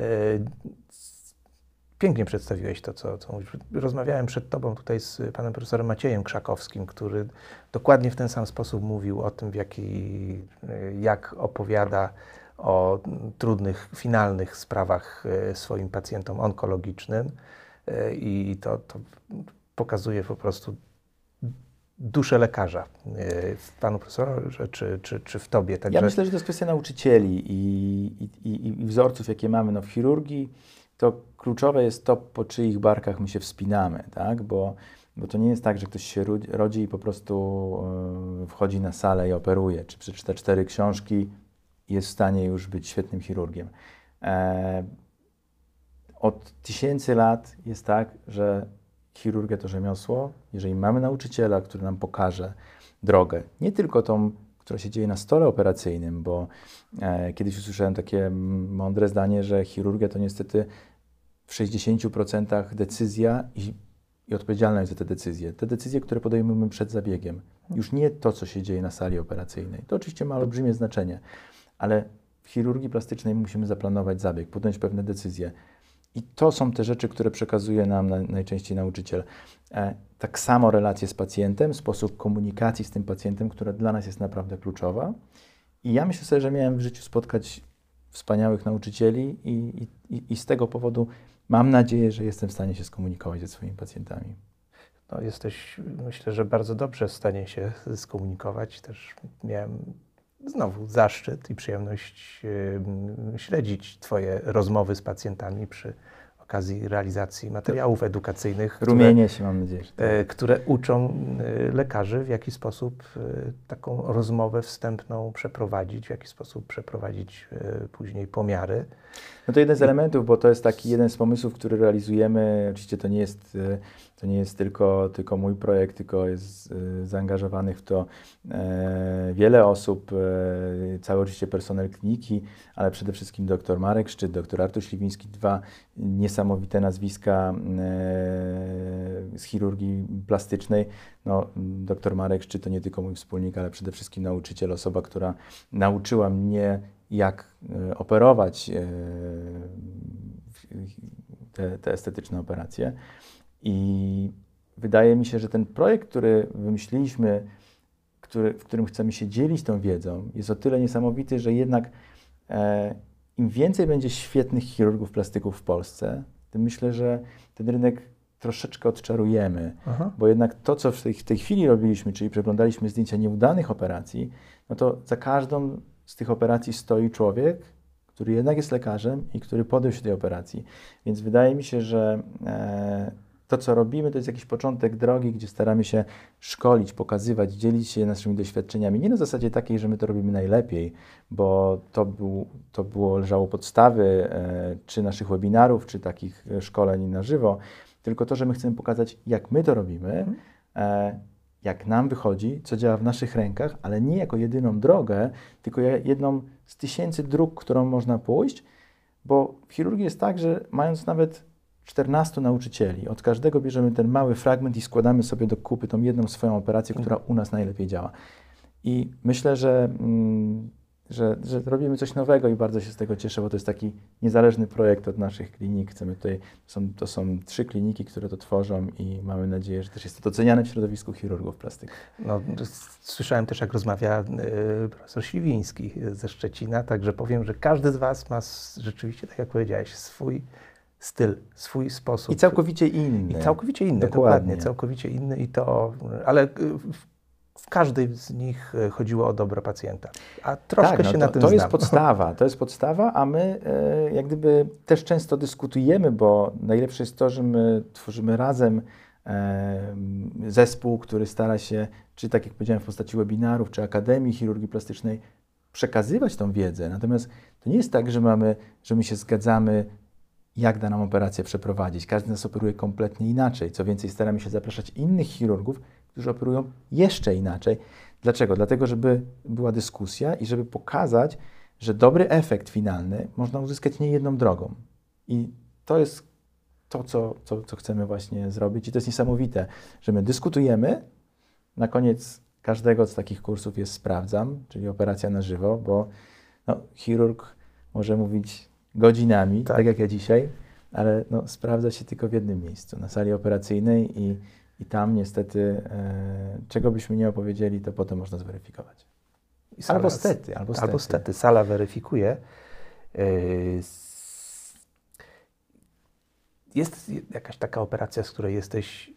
pięknie przedstawiłeś to, co mówisz. Rozmawiałem przed tobą tutaj z panem profesorem Maciejem Krzakowskim, który dokładnie w ten sam sposób mówił o tym, jak opowiada o trudnych, finalnych sprawach swoim pacjentom onkologicznym i to pokazuje po prostu duszę lekarza w panu profesorze czy w tobie. Także... Ja myślę, że to jest kwestia nauczycieli i wzorców, jakie mamy. No, w chirurgii to kluczowe jest to, po czyich barkach my się wspinamy, tak? Bo to nie jest tak, że ktoś się rodzi i po prostu wchodzi na salę i operuje, czy przeczyta 4 książki i jest w stanie już być świetnym chirurgiem. Od 1000 lat jest tak, że chirurgia to rzemiosło. Jeżeli mamy nauczyciela, który nam pokaże drogę, nie tylko tą, która się dzieje na stole operacyjnym, bo kiedyś usłyszałem takie mądre zdanie, że chirurgia to niestety w 60% decyzja i odpowiedzialność za te decyzje. Te decyzje, które podejmujemy przed zabiegiem. Już nie to, co się dzieje na sali operacyjnej. To oczywiście ma olbrzymie znaczenie, ale w chirurgii plastycznej musimy zaplanować zabieg, podjąć pewne decyzje. I to są te rzeczy, które przekazuje nam najczęściej nauczyciel. Tak samo relacje z pacjentem, sposób komunikacji z tym pacjentem, która dla nas jest naprawdę kluczowa. I ja myślę sobie, że miałem w życiu spotkać wspaniałych nauczycieli i z tego powodu mam nadzieję, że jestem w stanie się skomunikować ze swoimi pacjentami. No, jesteś, myślę, że bardzo dobrze w stanie się skomunikować. Też miałem znowu zaszczyt i przyjemność śledzić twoje rozmowy z pacjentami przy okazji realizacji materiałów edukacyjnych, Rumienie się, mam nadzieję, które uczą lekarzy, w jaki sposób taką rozmowę wstępną przeprowadzić, w jaki sposób przeprowadzić później pomiary. No to jeden z elementów, bo to jest taki jeden z pomysłów, który realizujemy. Oczywiście to nie jest tylko mój projekt, tylko jest zaangażowanych w to wiele osób, cały oczywiście personel kliniki, ale przede wszystkim dr Marek Szczyt, dr Artur Śliwiński, 2 niesamowite nazwiska z chirurgii plastycznej. No, dr Marek Szczyt to nie tylko mój wspólnik, ale przede wszystkim nauczyciel, osoba, która nauczyła mnie, jak operować te estetyczne operacje. I wydaje mi się, że ten projekt, który wymyśliliśmy, w którym chcemy się dzielić tą wiedzą, jest o tyle niesamowity, że jednak im więcej będzie świetnych chirurgów plastyków w Polsce, tym myślę, że ten rynek troszeczkę odczarujemy. Aha. Bo jednak to, co w tej chwili robiliśmy, czyli przeglądaliśmy zdjęcia nieudanych operacji, no to za każdą z tych operacji stoi człowiek, który jednak jest lekarzem i który podjął się tej operacji. Więc wydaje mi się, że to, co robimy, to jest jakiś początek drogi, gdzie staramy się szkolić, pokazywać, dzielić się naszymi doświadczeniami. Nie na zasadzie takiej, że my to robimy najlepiej, bo to leżało podstawy czy naszych webinarów, czy takich szkoleń na żywo, tylko to, że my chcemy pokazać, jak my to robimy, jak nam wychodzi, co działa w naszych rękach, ale nie jako jedyną drogę, tylko jedną z 1000 dróg, którą można pójść, bo w chirurgii jest tak, że mając nawet 14 nauczycieli. Od każdego bierzemy ten mały fragment i składamy sobie do kupy tą jedną swoją operację, która u nas najlepiej działa. I myślę, że robimy coś nowego i bardzo się z tego cieszę, bo to jest taki niezależny projekt od naszych klinik. Chcemy tutaj, to są 3 kliniki, które to tworzą i mamy nadzieję, że też jest to doceniane w środowisku chirurgów plastyków. No, słyszałem też, jak rozmawia profesor Śliwiński ze Szczecina, także powiem, że każdy z Was ma rzeczywiście, tak jak powiedziałeś, swój styl, swój sposób. I całkowicie inny. Dokładnie, całkowicie inny i to, ale w każdej z nich chodziło o dobro pacjenta, a troszkę się na tym znam. To jest podstawa, a my jak gdyby też często dyskutujemy, bo najlepsze jest to, że my tworzymy razem zespół, który stara się, czy tak jak powiedziałem w postaci webinarów, czy Akademii Chirurgii Plastycznej, przekazywać tą wiedzę. Natomiast to nie jest tak, że my się zgadzamy, jak daną operację przeprowadzić. Każdy z nas operuje kompletnie inaczej. Co więcej, staramy się zapraszać innych chirurgów, którzy operują jeszcze inaczej. Dlaczego? Dlatego, żeby była dyskusja i żeby pokazać, że dobry efekt finalny można uzyskać nie jedną drogą. I to jest to, co chcemy właśnie zrobić. I to jest niesamowite, że my dyskutujemy. Na koniec każdego z takich kursów jest sprawdzam, czyli operacja na żywo, bo chirurg może mówić godzinami, tak jak ja dzisiaj, ale sprawdza się tylko w jednym miejscu, na sali operacyjnej i tam niestety, czego byśmy nie opowiedzieli, to potem można zweryfikować. Albo stety. Sala weryfikuje. Jest jakaś taka operacja, z której jesteś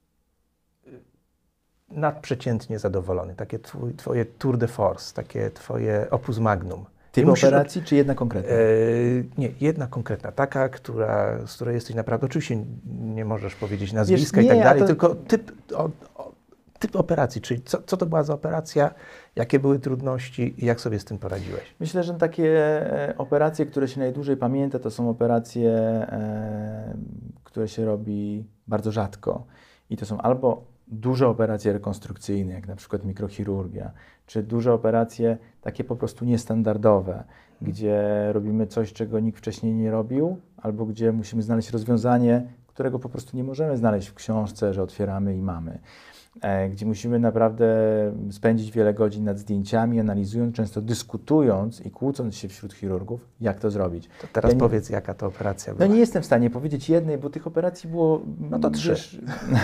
nadprzeciętnie zadowolony, takie twoje tour de force, takie twoje opus magnum. Typ operacji, czy jedna konkretna? Nie, jedna konkretna, taka, z której jesteś naprawdę, oczywiście nie możesz powiedzieć nazwiska i tak dalej, tylko typ operacji, czyli co to była za operacja, jakie były trudności i jak sobie z tym poradziłeś? Myślę, że takie operacje, które się najdłużej pamięta, to są operacje, które się robi bardzo rzadko. I to są albo duże operacje rekonstrukcyjne, jak na przykład mikrochirurgia, czy duże operacje takie po prostu niestandardowe, gdzie robimy coś, czego nikt wcześniej nie robił, albo gdzie musimy znaleźć rozwiązanie, którego po prostu nie możemy znaleźć w książce, że otwieramy i mamy. Gdzie musimy naprawdę spędzić wiele godzin nad zdjęciami, analizując, często dyskutując i kłócąc się wśród chirurgów, jak to zrobić. To teraz powiedz, jaka to operacja była. No nie jestem w stanie powiedzieć jednej, bo tych operacji było... No to 3.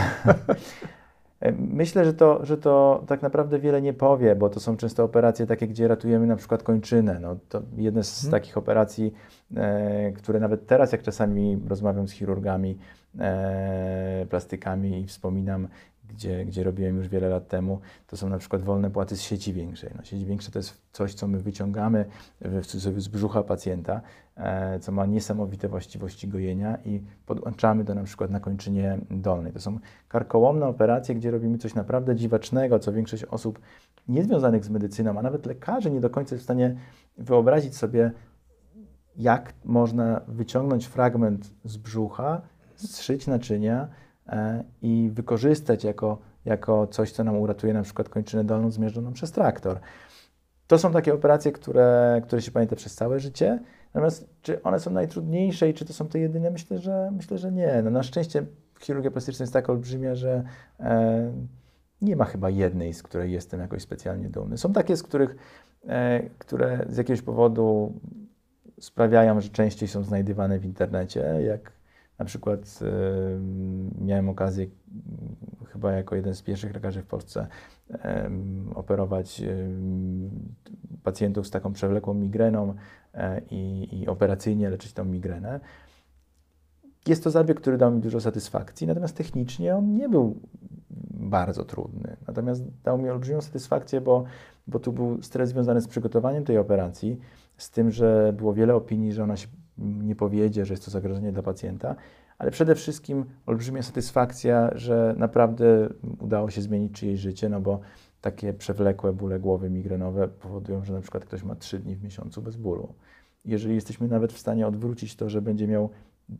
Myślę, że to tak naprawdę wiele nie powie, bo to są często operacje takie, gdzie ratujemy na przykład kończynę. To jedne z takich operacji, które nawet teraz, jak czasami rozmawiam z chirurgami, plastykami i wspominam, gdzie robiłem już wiele lat temu, to są na przykład wolne płaty z sieci większej. Sieć większa to jest coś, co my wyciągamy z brzucha pacjenta, co ma niesamowite właściwości gojenia i podłączamy to na przykład na kończynie dolnej. To są karkołomne operacje, gdzie robimy coś naprawdę dziwacznego, co większość osób niezwiązanych z medycyną, a nawet lekarzy nie do końca jest w stanie wyobrazić sobie, jak można wyciągnąć fragment z brzucha, zszyć naczynia i wykorzystać jako coś, co nam uratuje na przykład kończynę dolną zmierzczoną przez traktor. To są takie operacje, które się pamięta przez całe życie. Natomiast czy one są najtrudniejsze i czy to są te jedyne? Myślę, że nie. Na szczęście chirurgia plastyczna jest tak olbrzymia, że nie ma chyba jednej, z której jestem jakoś specjalnie dumny. Są takie, które z jakiegoś powodu sprawiają, że częściej są znajdywane w internecie, jak na przykład miałem okazję chyba jako jeden z pierwszych lekarzy w Polsce operować pacjentów z taką przewlekłą migreną i operacyjnie leczyć tą migrenę. Jest to zabieg, który dał mi dużo satysfakcji, natomiast technicznie on nie był bardzo trudny. Natomiast dał mi olbrzymią satysfakcję, bo tu był stres związany z przygotowaniem tej operacji, z tym, że było wiele opinii, że ona się nie powiedzie, że jest to zagrożenie dla pacjenta, ale przede wszystkim olbrzymia satysfakcja, że naprawdę udało się zmienić czyjeś życie, bo takie przewlekłe bóle głowy migrenowe powodują, że na przykład ktoś ma 3 dni w miesiącu bez bólu. Jeżeli jesteśmy nawet w stanie odwrócić to, że będzie miał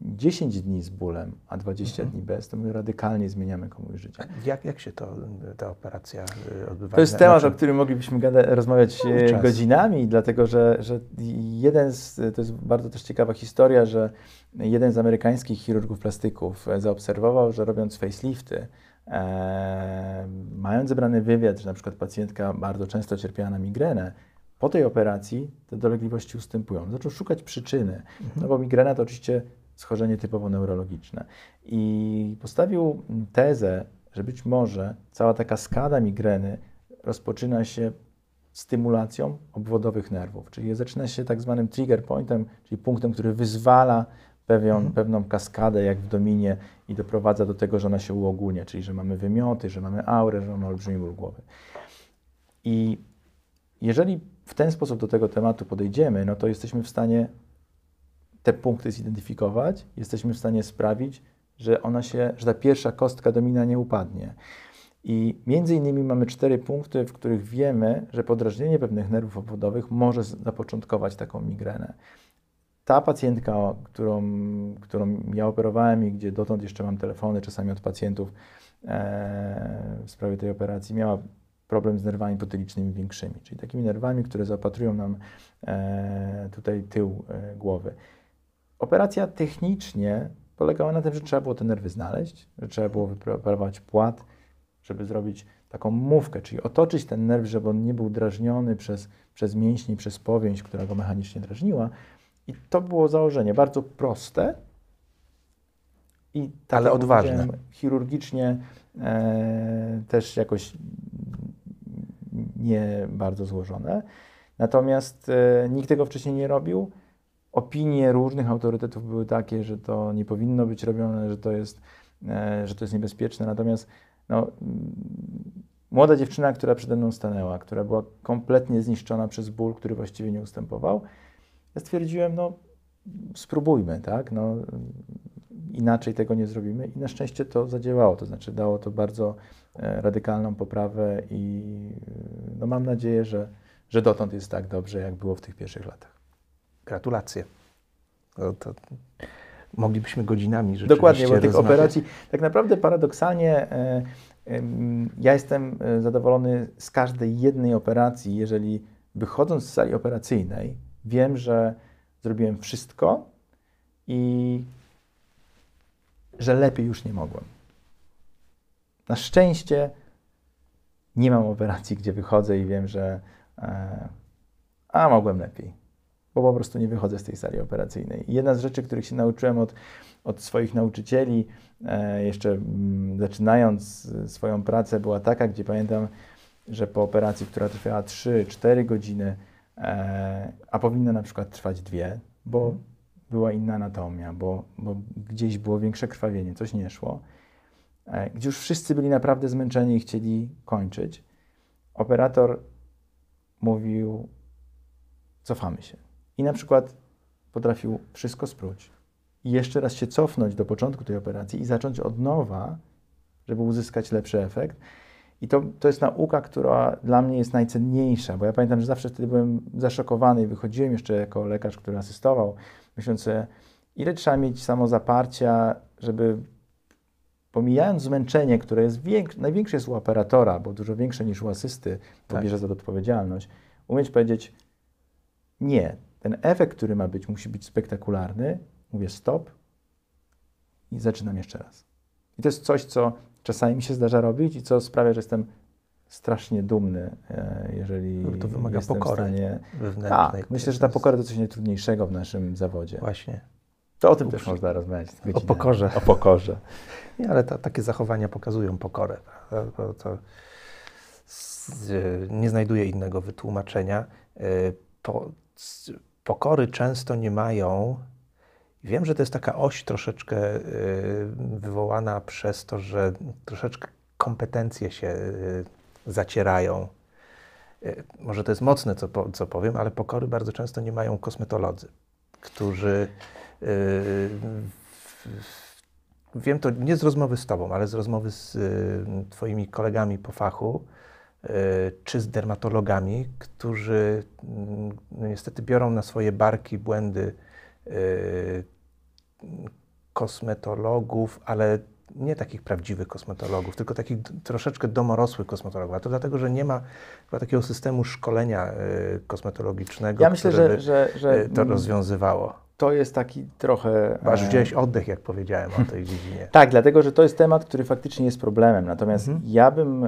10 dni z bólem, a 20 dni bez, to my radykalnie zmieniamy komuś życie. Jak się ta operacja odbywa? To jest temat, o którym moglibyśmy rozmawiać godzinami, dlatego że to jest bardzo też ciekawa historia, że jeden z amerykańskich chirurgów plastyków zaobserwował, że robiąc facelifty, mając zebrany wywiad, że na przykład pacjentka bardzo często cierpiała na migrenę, po tej operacji te dolegliwości ustępują. Zaczął szukać przyczyny, no bo migrena to oczywiście schorzenie typowo neurologiczne. I postawił tezę, że być może cała ta kaskada migreny rozpoczyna się stymulacją obwodowych nerwów, czyli zaczyna się tak zwanym trigger pointem, czyli punktem, który wyzwala pewną kaskadę, jak w dominie, i doprowadza do tego, że ona się uogólnia, czyli że mamy wymioty, że mamy aurę, że mamy olbrzymi ból głowy. I jeżeli w ten sposób do tego tematu podejdziemy, no to jesteśmy w stanie te punkty zidentyfikować, jesteśmy w stanie sprawić, że że ta pierwsza kostka domina nie upadnie. I między innymi mamy 4 punkty, w których wiemy, że podrażnienie pewnych nerwów obwodowych może zapoczątkować taką migrenę. Ta pacjentka, którą ja operowałem i gdzie dotąd jeszcze mam telefony czasami od pacjentów w sprawie tej operacji, miała problem z nerwami potylicznymi większymi, czyli takimi nerwami, które zaopatrują nam tutaj tył głowy. Operacja technicznie polegała na tym, że trzeba było te nerwy znaleźć, że trzeba było wyprawować płat, żeby zrobić taką mówkę, czyli otoczyć ten nerw, żeby on nie był drażniony przez mięśnie, przez powięź, która go mechanicznie drażniła. I to było założenie bardzo proste, ale odważne. Chirurgicznie też jakoś nie bardzo złożone. Natomiast nikt tego wcześniej nie robił. Opinie różnych autorytetów były takie, że to nie powinno być robione, że to jest niebezpieczne. Natomiast młoda dziewczyna, która przede mną stanęła, która była kompletnie zniszczona przez ból, który właściwie nie ustępował, ja stwierdziłem, spróbujmy, tak? Inaczej tego nie zrobimy, i na szczęście to zadziałało, to znaczy dało to bardzo radykalną poprawę i mam nadzieję, że dotąd jest tak dobrze, jak było w tych pierwszych latach. Gratulacje. To moglibyśmy godzinami rzeczywiście Dokładnie, bo tych rozmawiać. operacji, tak naprawdę paradoksalnie ja jestem zadowolony z każdej jednej operacji, jeżeli wychodząc z sali operacyjnej wiem, że zrobiłem wszystko i że lepiej już nie mogłem. Na szczęście nie mam operacji, gdzie wychodzę i wiem, że mogłem lepiej, bo po prostu nie wychodzę z tej sali operacyjnej. I jedna z rzeczy, których się nauczyłem od swoich nauczycieli, jeszcze zaczynając swoją pracę, była taka, gdzie pamiętam, że po operacji, która trwała 3-4 godziny, a powinna na przykład trwać 2, bo była inna anatomia, bo gdzieś było większe krwawienie, coś nie szło, gdzie już wszyscy byli naprawdę zmęczeni i chcieli kończyć, operator mówił, cofamy się. I na przykład potrafił wszystko spróć i jeszcze raz się cofnąć do początku tej operacji i zacząć od nowa, żeby uzyskać lepszy efekt. I to jest nauka, która dla mnie jest najcenniejsza, bo ja pamiętam, że zawsze wtedy byłem zaszokowany i wychodziłem jeszcze jako lekarz, który asystował, myśląc sobie, ile trzeba mieć samozaparcia, żeby pomijając zmęczenie, które jest największe jest u operatora, bo dużo większe niż u asysty, bo bierze za to odpowiedzialność, umieć powiedzieć, nie, ten efekt, który ma być, musi być spektakularny, mówię stop i zaczynam jeszcze raz. I to jest coś, co czasami mi się zdarza robić i co sprawia, że jestem strasznie dumny, jeżeli to wymaga jestem pokory w stanie... wewnętrznej. Tak, myślę, że ta pokora to coś najtrudniejszego w naszym zawodzie. Właśnie. To o tym też można rozmawiać. O pokorze. O pokorze. Nie, ale takie zachowania pokazują pokorę. To nie znajduje innego wytłumaczenia. Pokory często nie mają. Wiem, że to jest taka oś troszeczkę wywołana przez to, że troszeczkę kompetencje się zacierają. Może to jest mocne, co powiem, ale pokory bardzo często nie mają kosmetolodzy, którzy... Wiem to nie z rozmowy z Tobą, ale z rozmowy z Twoimi kolegami po fachu, czy z dermatologami, którzy niestety biorą na swoje barki błędy kosmetologów, ale nie takich prawdziwych kosmetologów, tylko takich troszeczkę domorosłych kosmetologów. A to dlatego, że nie ma chyba takiego systemu szkolenia kosmetologicznego, Ja myślę, które że to rozwiązywało. to jest taki trochę... Aż wziąłeś oddech, jak powiedziałem o tej dziedzinie. Tak, dlatego, że to jest temat, który faktycznie jest problemem. Natomiast ja bym...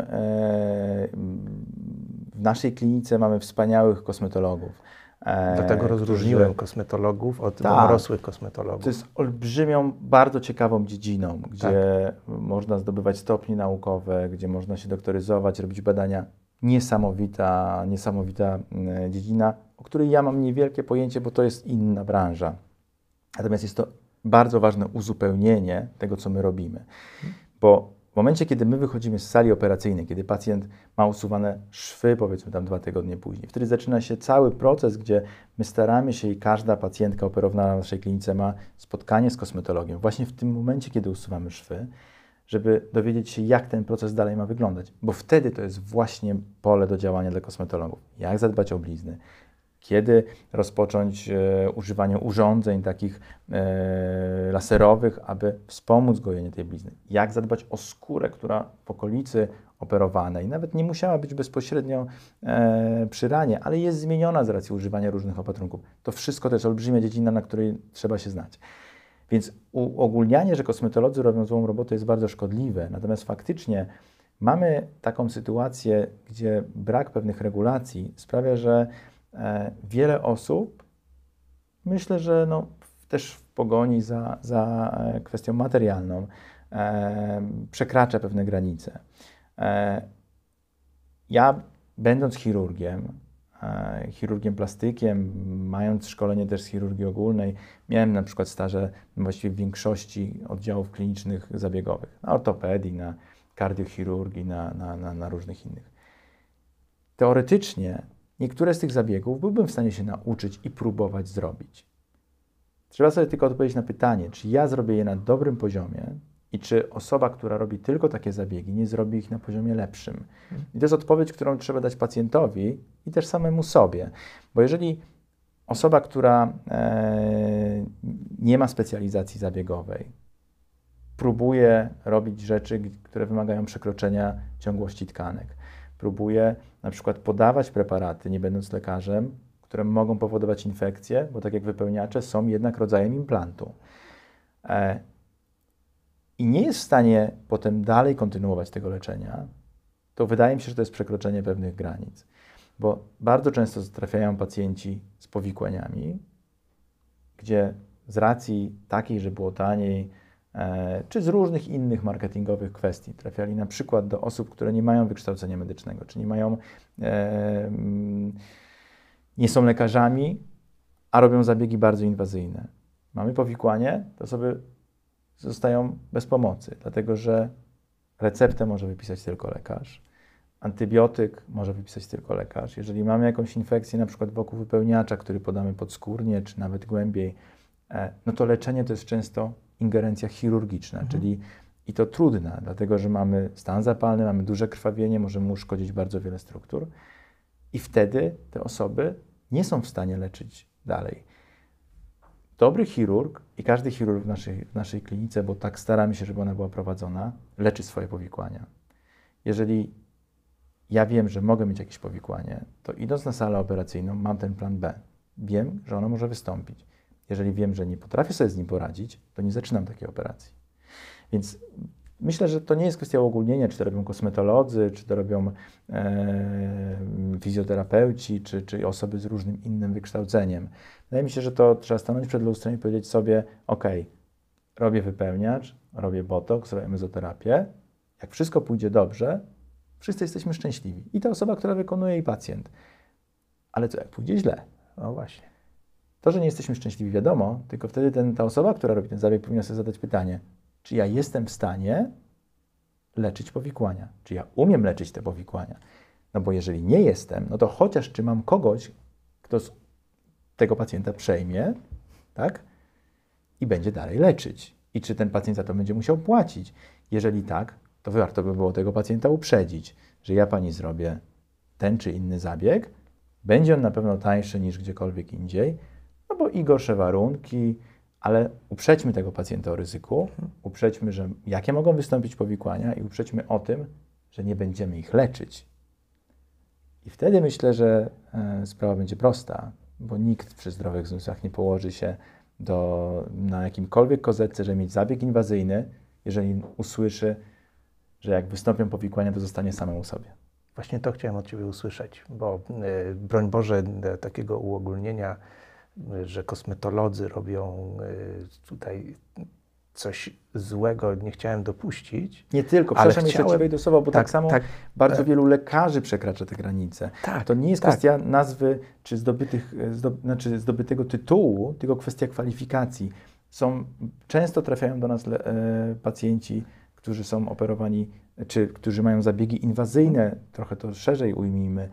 w naszej klinice mamy wspaniałych kosmetologów. Dlatego rozróżniłem kosmetologów od domorosłych kosmetologów. To jest olbrzymią, bardzo ciekawą dziedziną, gdzie można zdobywać stopnie naukowe, gdzie można się doktoryzować, robić badania. Niesamowita dziedzina, o której ja mam niewielkie pojęcie, bo to jest inna branża. Natomiast jest to bardzo ważne uzupełnienie tego, co my robimy. Bo w momencie, kiedy my wychodzimy z sali operacyjnej, kiedy pacjent ma usuwane szwy, powiedzmy tam 2 tygodnie później, wtedy zaczyna się cały proces, gdzie my staramy się i każda pacjentka operowana w naszej klinice ma spotkanie z kosmetologiem właśnie w tym momencie, kiedy usuwamy szwy, żeby dowiedzieć się, jak ten proces dalej ma wyglądać, bo wtedy to jest właśnie pole do działania dla kosmetologów. Jak zadbać o blizny, kiedy rozpocząć używanie urządzeń takich laserowych, aby wspomóc gojenie tej blizny. Jak zadbać o skórę, która w okolicy operowanej nawet nie musiała być bezpośrednio przy ranie, ale jest zmieniona z racji używania różnych opatrunków. To wszystko to jest olbrzymia dziedzina, na której trzeba się znać. Więc uogólnianie, że kosmetolodzy robią złą robotę, jest bardzo szkodliwe. Natomiast faktycznie mamy taką sytuację, gdzie brak pewnych regulacji sprawia, że wiele osób, myślę, że też w pogoni za kwestią materialną, przekracza pewne granice. Ja, będąc chirurgiem plastykiem, mając szkolenie też z chirurgii ogólnej, miałem na przykład staże właściwie w większości oddziałów klinicznych zabiegowych, na ortopedii, na kardiochirurgii, na różnych innych. Teoretycznie niektóre z tych zabiegów byłbym w stanie się nauczyć i próbować zrobić. Trzeba sobie tylko odpowiedzieć na pytanie, czy ja zrobię je na dobrym poziomie i czy osoba, która robi tylko takie zabiegi, nie zrobi ich na poziomie lepszym. I to jest odpowiedź, którą trzeba dać pacjentowi i też samemu sobie. Bo jeżeli osoba, która nie ma specjalizacji zabiegowej, próbuje robić rzeczy, które wymagają przekroczenia ciągłości tkanek, próbuje na przykład podawać preparaty, nie będąc lekarzem, które mogą powodować infekcje, bo tak jak wypełniacze są jednak rodzajem implantu. I nie jest w stanie potem dalej kontynuować tego leczenia, to wydaje mi się, że to jest przekroczenie pewnych granic. Bo bardzo często trafiają pacjenci z powikłaniami, gdzie z racji takiej, że było taniej, czy z różnych innych marketingowych kwestii, trafiali na przykład do osób, które nie mają wykształcenia medycznego, czy nie są lekarzami, a robią zabiegi bardzo inwazyjne. Mamy powikłanie, to osoby zostają bez pomocy, dlatego że receptę może wypisać tylko lekarz, antybiotyk może wypisać tylko lekarz. Jeżeli mamy jakąś infekcję, na przykład wokół wypełniacza, który podamy podskórnie, czy nawet głębiej, no to leczenie to jest często ingerencja chirurgiczna, czyli i to trudna, dlatego że mamy stan zapalny, mamy duże krwawienie, możemy uszkodzić bardzo wiele struktur i wtedy te osoby nie są w stanie leczyć dalej. Dobry chirurg i każdy chirurg w naszej klinice, bo tak staramy się, żeby ona była prowadzona, leczy swoje powikłania. Jeżeli ja wiem, że mogę mieć jakieś powikłanie, to idąc na salę operacyjną mam ten plan B. Wiem, że ono może wystąpić. Jeżeli wiem, że nie potrafię sobie z nim poradzić, to nie zaczynam takiej operacji. Więc myślę, że to nie jest kwestia uogólnienia, czy to robią kosmetolodzy, czy to robią fizjoterapeuci, czy osoby z różnym innym wykształceniem. Wydaje mi się, że to trzeba stanąć przed lustrem i powiedzieć sobie, ok, robię wypełniacz, robię botoks, robię mezoterapię. Jak wszystko pójdzie dobrze, wszyscy jesteśmy szczęśliwi. I ta osoba, która wykonuje, i pacjent. Ale co, jak pójdzie źle? No właśnie. To, że nie jesteśmy szczęśliwi, wiadomo, tylko wtedy ta osoba, która robi ten zabieg, powinna sobie zadać pytanie, czy ja jestem w stanie leczyć powikłania? Czy ja umiem leczyć te powikłania? No bo jeżeli nie jestem, no to chociaż czy mam kogoś, kto tego pacjenta przejmie, tak? I będzie dalej leczyć. I czy ten pacjent za to będzie musiał płacić? Jeżeli tak, to warto by było tego pacjenta uprzedzić, że ja pani zrobię ten czy inny zabieg, będzie on na pewno tańszy niż gdziekolwiek indziej, no bo i gorsze warunki, ale uprzedźmy tego pacjenta o ryzyku, uprzedźmy, że jakie mogą wystąpić powikłania i uprzedźmy o tym, że nie będziemy ich leczyć. I wtedy myślę, że sprawa będzie prosta, bo nikt przy zdrowych zmysłach nie położy się na jakimkolwiek kozetce, żeby mieć zabieg inwazyjny, jeżeli usłyszy, że jak wystąpią powikłania, to zostanie samemu sobie. Właśnie to chciałem od Ciebie usłyszeć, bo broń Boże takiego uogólnienia, że kosmetolodzy robią tutaj coś złego, nie chciałem dopuścić. Nie tylko, ale przepraszam, jeszcze Ci wejdę słowo, bo tak samo bardzo wielu lekarzy przekracza te granice. To nie jest kwestia nazwy czy zdobytego tytułu, tylko kwestia kwalifikacji. Często trafiają do nas pacjenci, którzy są operowani, czy którzy mają zabiegi inwazyjne, trochę to szerzej ujmijmy,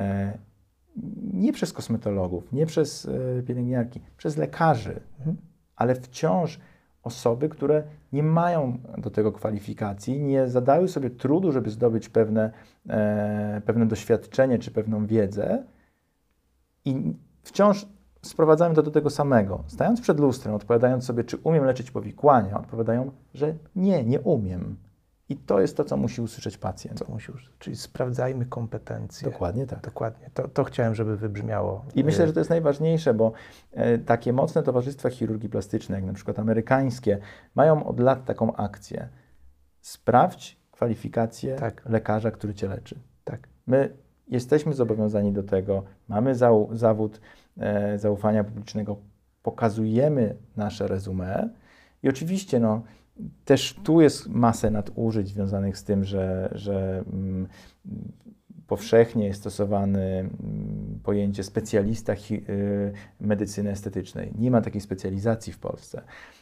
nie przez kosmetologów, nie przez pielęgniarki, przez lekarzy, ale wciąż osoby, które nie mają do tego kwalifikacji, nie zadały sobie trudu, żeby zdobyć pewne doświadczenie czy pewną wiedzę i wciąż sprowadzamy to do tego samego. Stając przed lustrem, odpowiadając sobie, czy umiem leczyć powikłania, odpowiadają, że nie umiem. I to jest to, co musi usłyszeć pacjent. Czyli sprawdzajmy kompetencje. Dokładnie tak. Dokładnie. To chciałem, żeby wybrzmiało. I myślę, że to jest najważniejsze, bo takie mocne towarzystwa chirurgii plastycznej, jak na przykład amerykańskie, mają od lat taką akcję. Sprawdź kwalifikację lekarza, który Cię leczy. My jesteśmy zobowiązani do tego, mamy zawód zaufania publicznego, pokazujemy nasze resume i oczywiście też tu jest masę nadużyć związanych z tym, że powszechnie jest stosowane pojęcie specjalista medycyny estetycznej. Nie ma takiej specjalizacji w Polsce.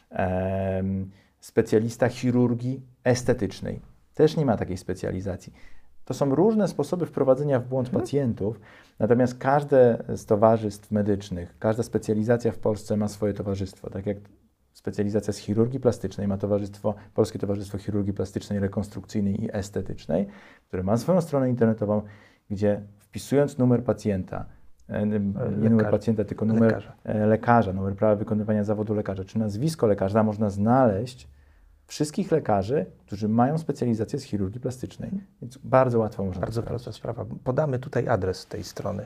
Specjalista chirurgii estetycznej. Też nie ma takiej specjalizacji. To są różne sposoby wprowadzenia w błąd pacjentów, natomiast każde z towarzystw medycznych, każda specjalizacja w Polsce ma swoje towarzystwo. Tak jak specjalizacja z chirurgii plastycznej ma Polskie Towarzystwo Chirurgii Plastycznej, Rekonstrukcyjnej i Estetycznej, które ma swoją stronę internetową, gdzie wpisując numer pacjenta, nie numer pacjenta, tylko numer lekarza, numer prawa wykonywania zawodu lekarza, czy nazwisko lekarza, można znaleźć wszystkich lekarzy, którzy mają specjalizację z chirurgii plastycznej. Więc bardzo łatwo można Bardzo prosta sprawa. Podamy tutaj adres tej strony.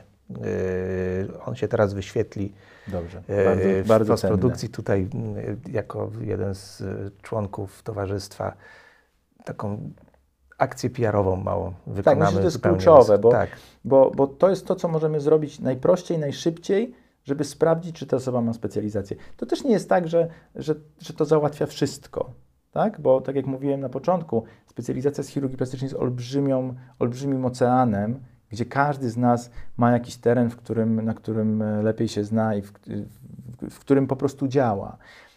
On się teraz wyświetli. Dobrze, w postprodukcji tutaj jako jeden z członków towarzystwa taką akcję PR-ową małą wykonamy. Tak, myślę, że to jest kluczowe, bo to jest to, co możemy zrobić najprościej, najszybciej, żeby sprawdzić, czy ta osoba ma specjalizację. To też nie jest tak, że to załatwia wszystko. Tak? Bo tak jak mówiłem na początku, specjalizacja z chirurgii plastycznej jest olbrzymim oceanem, gdzie każdy z nas ma jakiś teren, na którym lepiej się zna i w którym po prostu działa.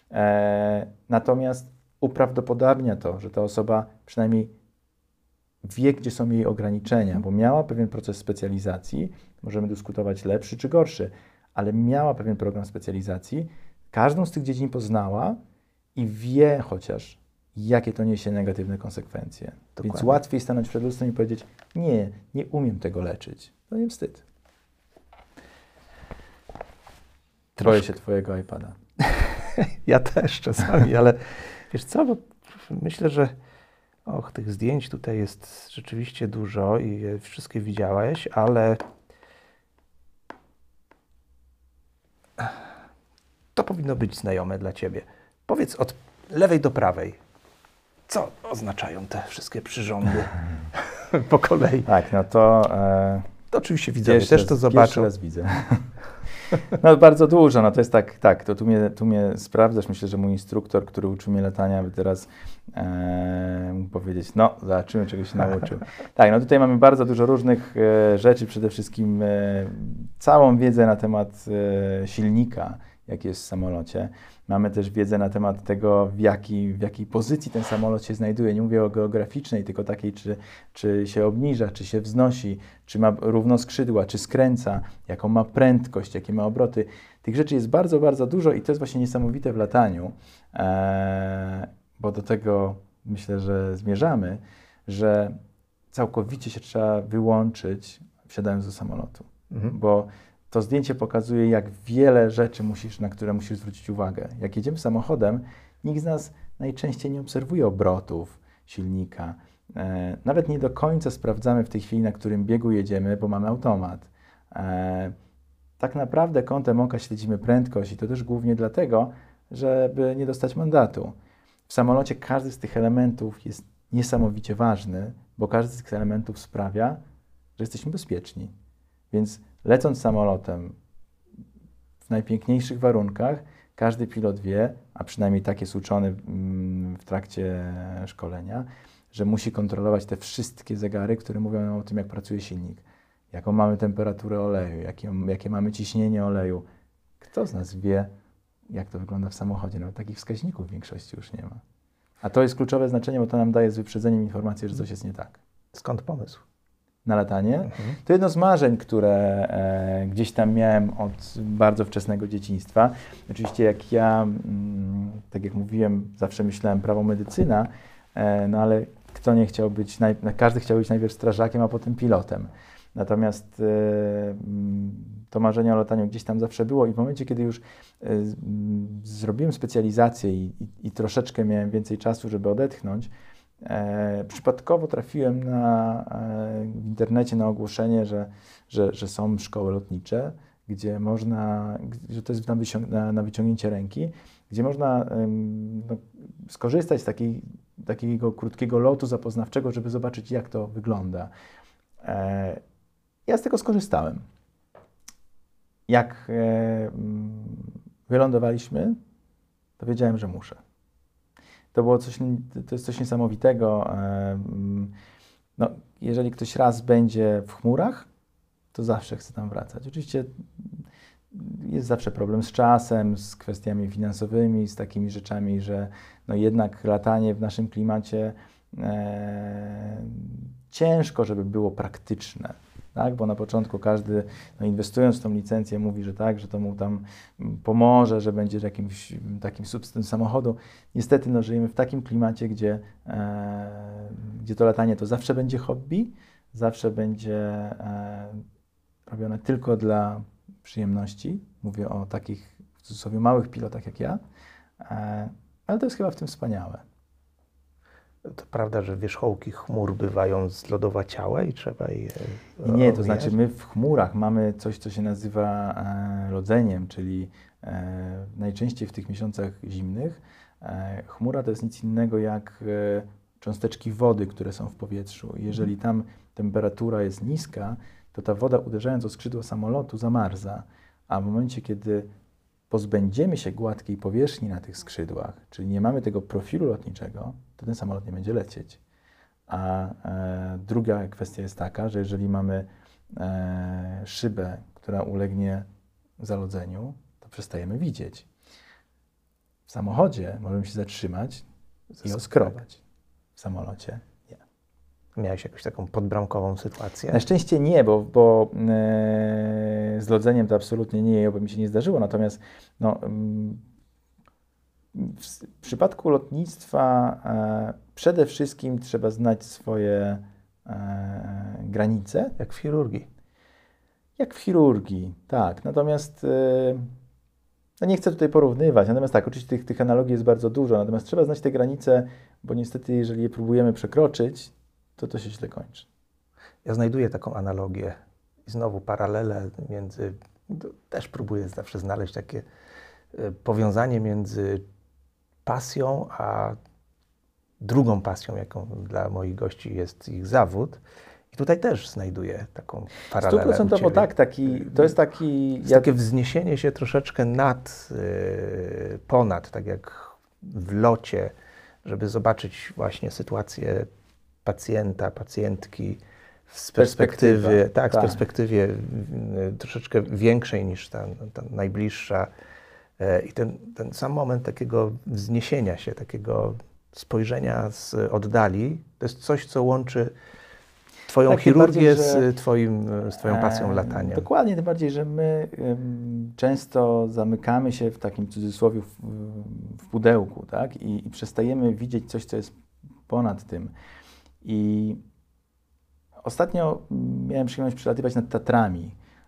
Natomiast uprawdopodobnia to, że ta osoba przynajmniej wie, gdzie są jej ograniczenia, bo miała pewien proces specjalizacji, możemy dyskutować lepszy czy gorszy, ale miała pewien program specjalizacji, każdą z tych dziedzin poznała i wie chociaż, jakie to niesie negatywne konsekwencje. Dokładnie. Więc łatwiej stanąć przed lustrem i powiedzieć, nie umiem tego leczyć. To nie wstyd. Boję się Twojego iPada. Ja też czasami, ale wiesz co, bo myślę, że tych zdjęć tutaj jest rzeczywiście dużo i wszystkie widziałeś, ale to powinno być znajome dla Ciebie. Powiedz od lewej do prawej, co oznaczają te wszystkie przyrządy po kolei? Tak, to oczywiście widzowie też to zobaczą. Pierwszy raz widzę. Bardzo dużo, to jest tak, to tu mnie sprawdzasz. Myślę, że mój instruktor, który uczył mnie latania, by teraz mógł powiedzieć, zobaczymy, czego się nauczył. Tak, tutaj mamy bardzo dużo różnych rzeczy, przede wszystkim całą wiedzę na temat silnika, jaki jest w samolocie. Mamy też wiedzę na temat tego, w jakiej pozycji ten samolot się znajduje. Nie mówię o geograficznej, tylko takiej, czy się obniża, czy się wznosi, czy ma równo skrzydła, czy skręca, jaką ma prędkość, jakie ma obroty. Tych rzeczy jest bardzo, bardzo dużo i to jest właśnie niesamowite w lataniu, bo do tego myślę, że zmierzamy, że całkowicie się trzeba wyłączyć, wsiadając do samolotu. Bo to zdjęcie pokazuje, jak wiele rzeczy na które musisz zwrócić uwagę. Jak jedziemy samochodem, nikt z nas najczęściej nie obserwuje obrotów silnika. Nawet nie do końca sprawdzamy w tej chwili, na którym biegu jedziemy, bo mamy automat. Tak naprawdę kątem oka śledzimy prędkość i to też głównie dlatego, żeby nie dostać mandatu. W samolocie każdy z tych elementów jest niesamowicie ważny, bo każdy z tych elementów sprawia, że jesteśmy bezpieczni. Więc lecąc samolotem w najpiękniejszych warunkach, każdy pilot wie, a przynajmniej tak jest uczony w trakcie szkolenia, że musi kontrolować te wszystkie zegary, które mówią nam o tym, jak pracuje silnik, jaką mamy temperaturę oleju, jakie mamy ciśnienie oleju. Kto z nas wie, jak to wygląda w samochodzie? Nawet takich wskaźników w większości już nie ma. A to jest kluczowe znaczenie, bo to nam daje z wyprzedzeniem informację, że coś jest nie tak. Skąd pomysł? Na latanie? To jedno z marzeń, które gdzieś tam miałem od bardzo wczesnego dzieciństwa. Oczywiście jak ja, tak jak mówiłem, zawsze myślałem prawo medycyna, no ale kto nie chciał być, każdy chciał być najpierw strażakiem, a potem pilotem. Natomiast to marzenie o lataniu gdzieś tam zawsze było i w momencie, kiedy już zrobiłem specjalizację i troszeczkę miałem więcej czasu, żeby odetchnąć, przypadkowo trafiłem w internecie na ogłoszenie, że są szkoły lotnicze, gdzie można, że to jest na wyciągnięcie ręki, gdzie można skorzystać z takiego krótkiego lotu zapoznawczego, żeby zobaczyć, jak to wygląda. Ja z tego skorzystałem. Jak wylądowaliśmy, to wiedziałem, że muszę. To jest coś niesamowitego. No, jeżeli ktoś raz będzie w chmurach, to zawsze chce tam wracać. Oczywiście jest zawsze problem z czasem, z kwestiami finansowymi, z takimi rzeczami, że no jednak latanie w naszym klimacie ciężko, żeby było praktyczne. Tak? Bo na początku każdy, inwestując w tą licencję, mówi, że tak, że to mu tam pomoże, że będzie jakimś takim substytutem samochodu. Niestety żyjemy w takim klimacie, gdzie to latanie to zawsze będzie hobby, zawsze będzie robione tylko dla przyjemności. Mówię o takich w cudzysłowie małych pilotach jak ja, ale to jest chyba w tym wspaniałe. To prawda, że wierzchołki chmur bywają zlodowaciałe i trzeba je Nie, to znaczy my w chmurach mamy coś, co się nazywa lodzeniem, czyli najczęściej w tych miesiącach zimnych chmura to jest nic innego jak cząsteczki wody, które są w powietrzu. Jeżeli tam temperatura jest niska, to ta woda uderzając o skrzydło samolotu zamarza, a w momencie, kiedy pozbędziemy się gładkiej powierzchni na tych skrzydłach, czyli nie mamy tego profilu lotniczego, to ten samolot nie będzie lecieć. A druga kwestia jest taka, że jeżeli mamy szybę, która ulegnie zalodzeniu, to przestajemy widzieć. W samochodzie możemy się zatrzymać i oskrobać. W samolocie nie. Miałeś jakąś taką podbramkową sytuację? Na szczęście nie, bo z lodzeniem to absolutnie nie, bo mi się nie zdarzyło. Natomiast w przypadku lotnictwa przede wszystkim trzeba znać swoje granice. Jak w chirurgii. Jak w chirurgii, tak. Natomiast nie chcę tutaj porównywać. Natomiast tak, oczywiście tych analogii jest bardzo dużo. Natomiast trzeba znać te granice, bo niestety jeżeli je próbujemy przekroczyć, to się źle kończy. Ja znajduję taką analogię i znowu paralelę między, też próbuję zawsze znaleźć takie powiązanie między pasją, a drugą pasją, jaką dla moich gości jest ich zawód. I tutaj też znajduję taką paralelę. 100% tak, to jest taki... Jest takie wzniesienie się troszeczkę ponad, tak jak w locie, żeby zobaczyć właśnie sytuację pacjenta, pacjentki z perspektywy, z perspektywie troszeczkę większej niż ta najbliższa. I ten sam moment takiego wzniesienia się, takiego spojrzenia z oddali, to jest coś, co łączy Twoją chirurgię z Twoją pasją latania. Dokładnie, tym bardziej, że my często zamykamy się w takim cudzysłowie w pudełku, tak? I przestajemy widzieć coś, co jest ponad tym. I ostatnio miałem przyjemność przelatywać nad Tatrami.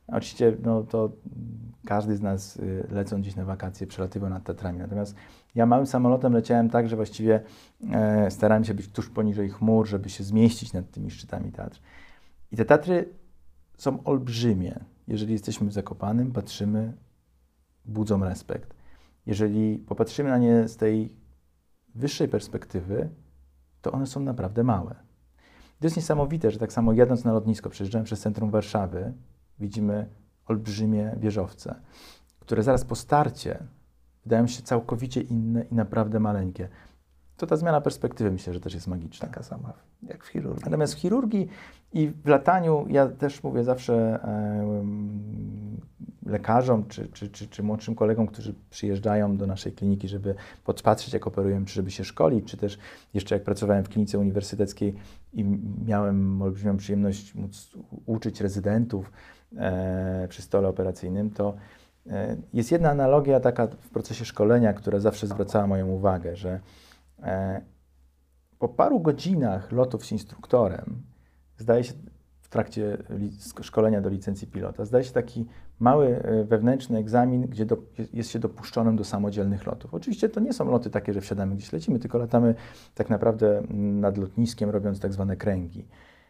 Oczywiście no, to każdy z nas lecąc gdzieś na wakacje przelatywał nad Tatrami. Natomiast ja małym samolotem leciałem tak, że właściwie starałem się być tuż poniżej chmur, żeby się zmieścić nad tymi szczytami Tatr. I te Tatry są olbrzymie. Jeżeli jesteśmy w Zakopanem, patrzymy, budzą respekt. Jeżeli popatrzymy na nie z tej wyższej perspektywy, to one są naprawdę małe. To jest niesamowite, że tak samo jadąc na lotnisko, przejeżdżałem przez centrum Warszawy, widzimy olbrzymie wieżowce, które zaraz po starcie wydają się całkowicie inne i naprawdę maleńkie. To ta zmiana perspektywy myślę, że też jest magiczna. Taka sama jak w chirurgii. Natomiast w chirurgii i w lataniu ja też mówię zawsze lekarzom czy młodszym kolegom, którzy przyjeżdżają do naszej kliniki, żeby podpatrzeć, jak operujemy, czy żeby się szkolić, czy też jeszcze jak pracowałem w klinice uniwersyteckiej i miałem olbrzymią przyjemność móc uczyć rezydentów przy stole operacyjnym, to jest jedna analogia taka w procesie szkolenia, która zawsze zwracała moją uwagę, że po paru godzinach lotów z instruktorem, zdaje się w trakcie szkolenia do licencji pilota, zdaje się taki mały wewnętrzny egzamin, gdzie jest się dopuszczonym do samodzielnych lotów. Oczywiście to nie są loty takie, że wsiadamy gdzieś lecimy, tylko latamy tak naprawdę nad lotniskiem, robiąc tak zwane kręgi.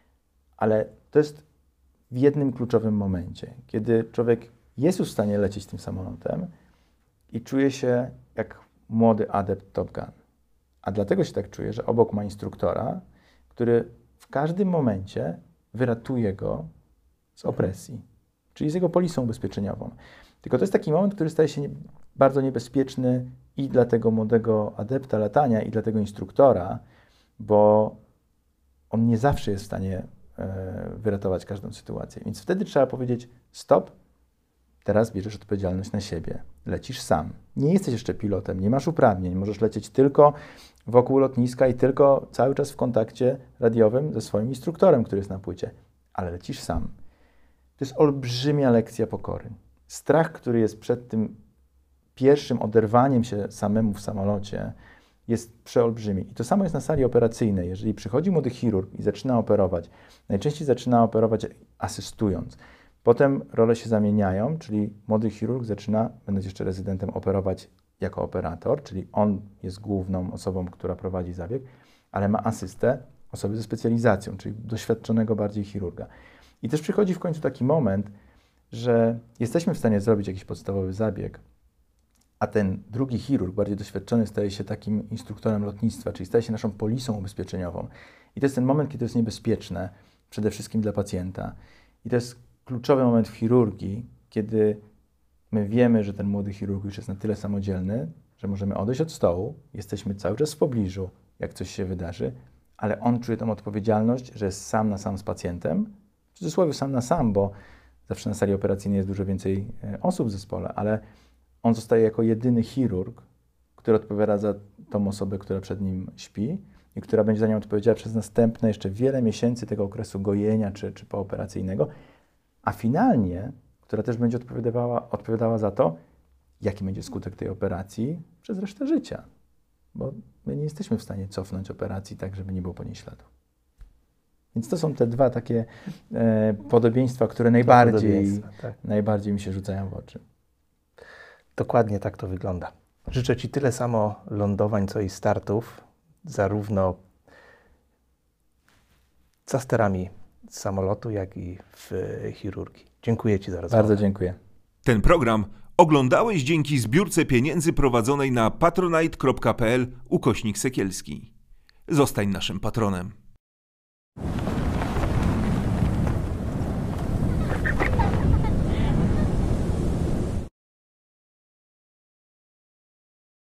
Ale to jest w jednym kluczowym momencie, kiedy człowiek jest już w stanie lecieć tym samolotem i czuje się jak młody adept Top Gun. A dlatego się tak czuje, że obok ma instruktora, który w każdym momencie wyratuje go z opresji, czyli z jego polisą ubezpieczeniową. Tylko to jest taki moment, który staje się bardzo niebezpieczny i dla tego młodego adepta latania, i dla tego instruktora, bo on nie zawsze jest w stanie wyratować każdą sytuację. Więc wtedy trzeba powiedzieć stop, teraz bierzesz odpowiedzialność na siebie. Lecisz sam. Nie jesteś jeszcze pilotem, nie masz uprawnień, możesz lecieć tylko wokół lotniska i tylko cały czas w kontakcie radiowym ze swoim instruktorem, który jest na płycie, ale lecisz sam. To jest olbrzymia lekcja pokory. Strach, który jest przed tym pierwszym oderwaniem się samemu w samolocie, jest przeolbrzymi. I to samo jest na sali operacyjnej. Jeżeli przychodzi młody chirurg i zaczyna operować, najczęściej zaczyna operować asystując. Potem role się zamieniają, czyli młody chirurg zaczyna, będąc jeszcze rezydentem, operować jako operator, czyli on jest główną osobą, która prowadzi zabieg, ale ma asystę osoby ze specjalizacją, czyli doświadczonego bardziej chirurga. I też przychodzi w końcu taki moment, że jesteśmy w stanie zrobić jakiś podstawowy zabieg, a ten drugi chirurg, bardziej doświadczony, staje się takim instruktorem lotnictwa, czyli staje się naszą polisą ubezpieczeniową. I to jest ten moment, kiedy to jest niebezpieczne, przede wszystkim dla pacjenta. I to jest kluczowy moment w chirurgii, kiedy my wiemy, że ten młody chirurg już jest na tyle samodzielny, że możemy odejść od stołu, jesteśmy cały czas w pobliżu, jak coś się wydarzy, ale on czuje tą odpowiedzialność, że jest sam na sam z pacjentem. W cudzysłowie sam na sam, bo zawsze na sali operacyjnej jest dużo więcej osób w zespole, ale on zostaje jako jedyny chirurg, który odpowiada za tą osobę, która przed nim śpi i która będzie za nią odpowiedziała przez następne jeszcze wiele miesięcy tego okresu gojenia czy pooperacyjnego, a finalnie, która też będzie odpowiadała za to, jaki będzie skutek tej operacji przez resztę życia. Bo my nie jesteśmy w stanie cofnąć operacji tak, żeby nie było po niej śladu. Więc to są te dwa takie podobieństwa, które najbardziej mi się rzucają w oczy. Dokładnie tak to wygląda. Życzę Ci tyle samo lądowań, co i startów, zarówno za sterami samolotu, jak i w chirurgii. Dziękuję Ci za rozmowę. Bardzo dziękuję. Ten program oglądałeś dzięki zbiórce pieniędzy prowadzonej na patronite.pl/Sekielski. Zostań naszym patronem.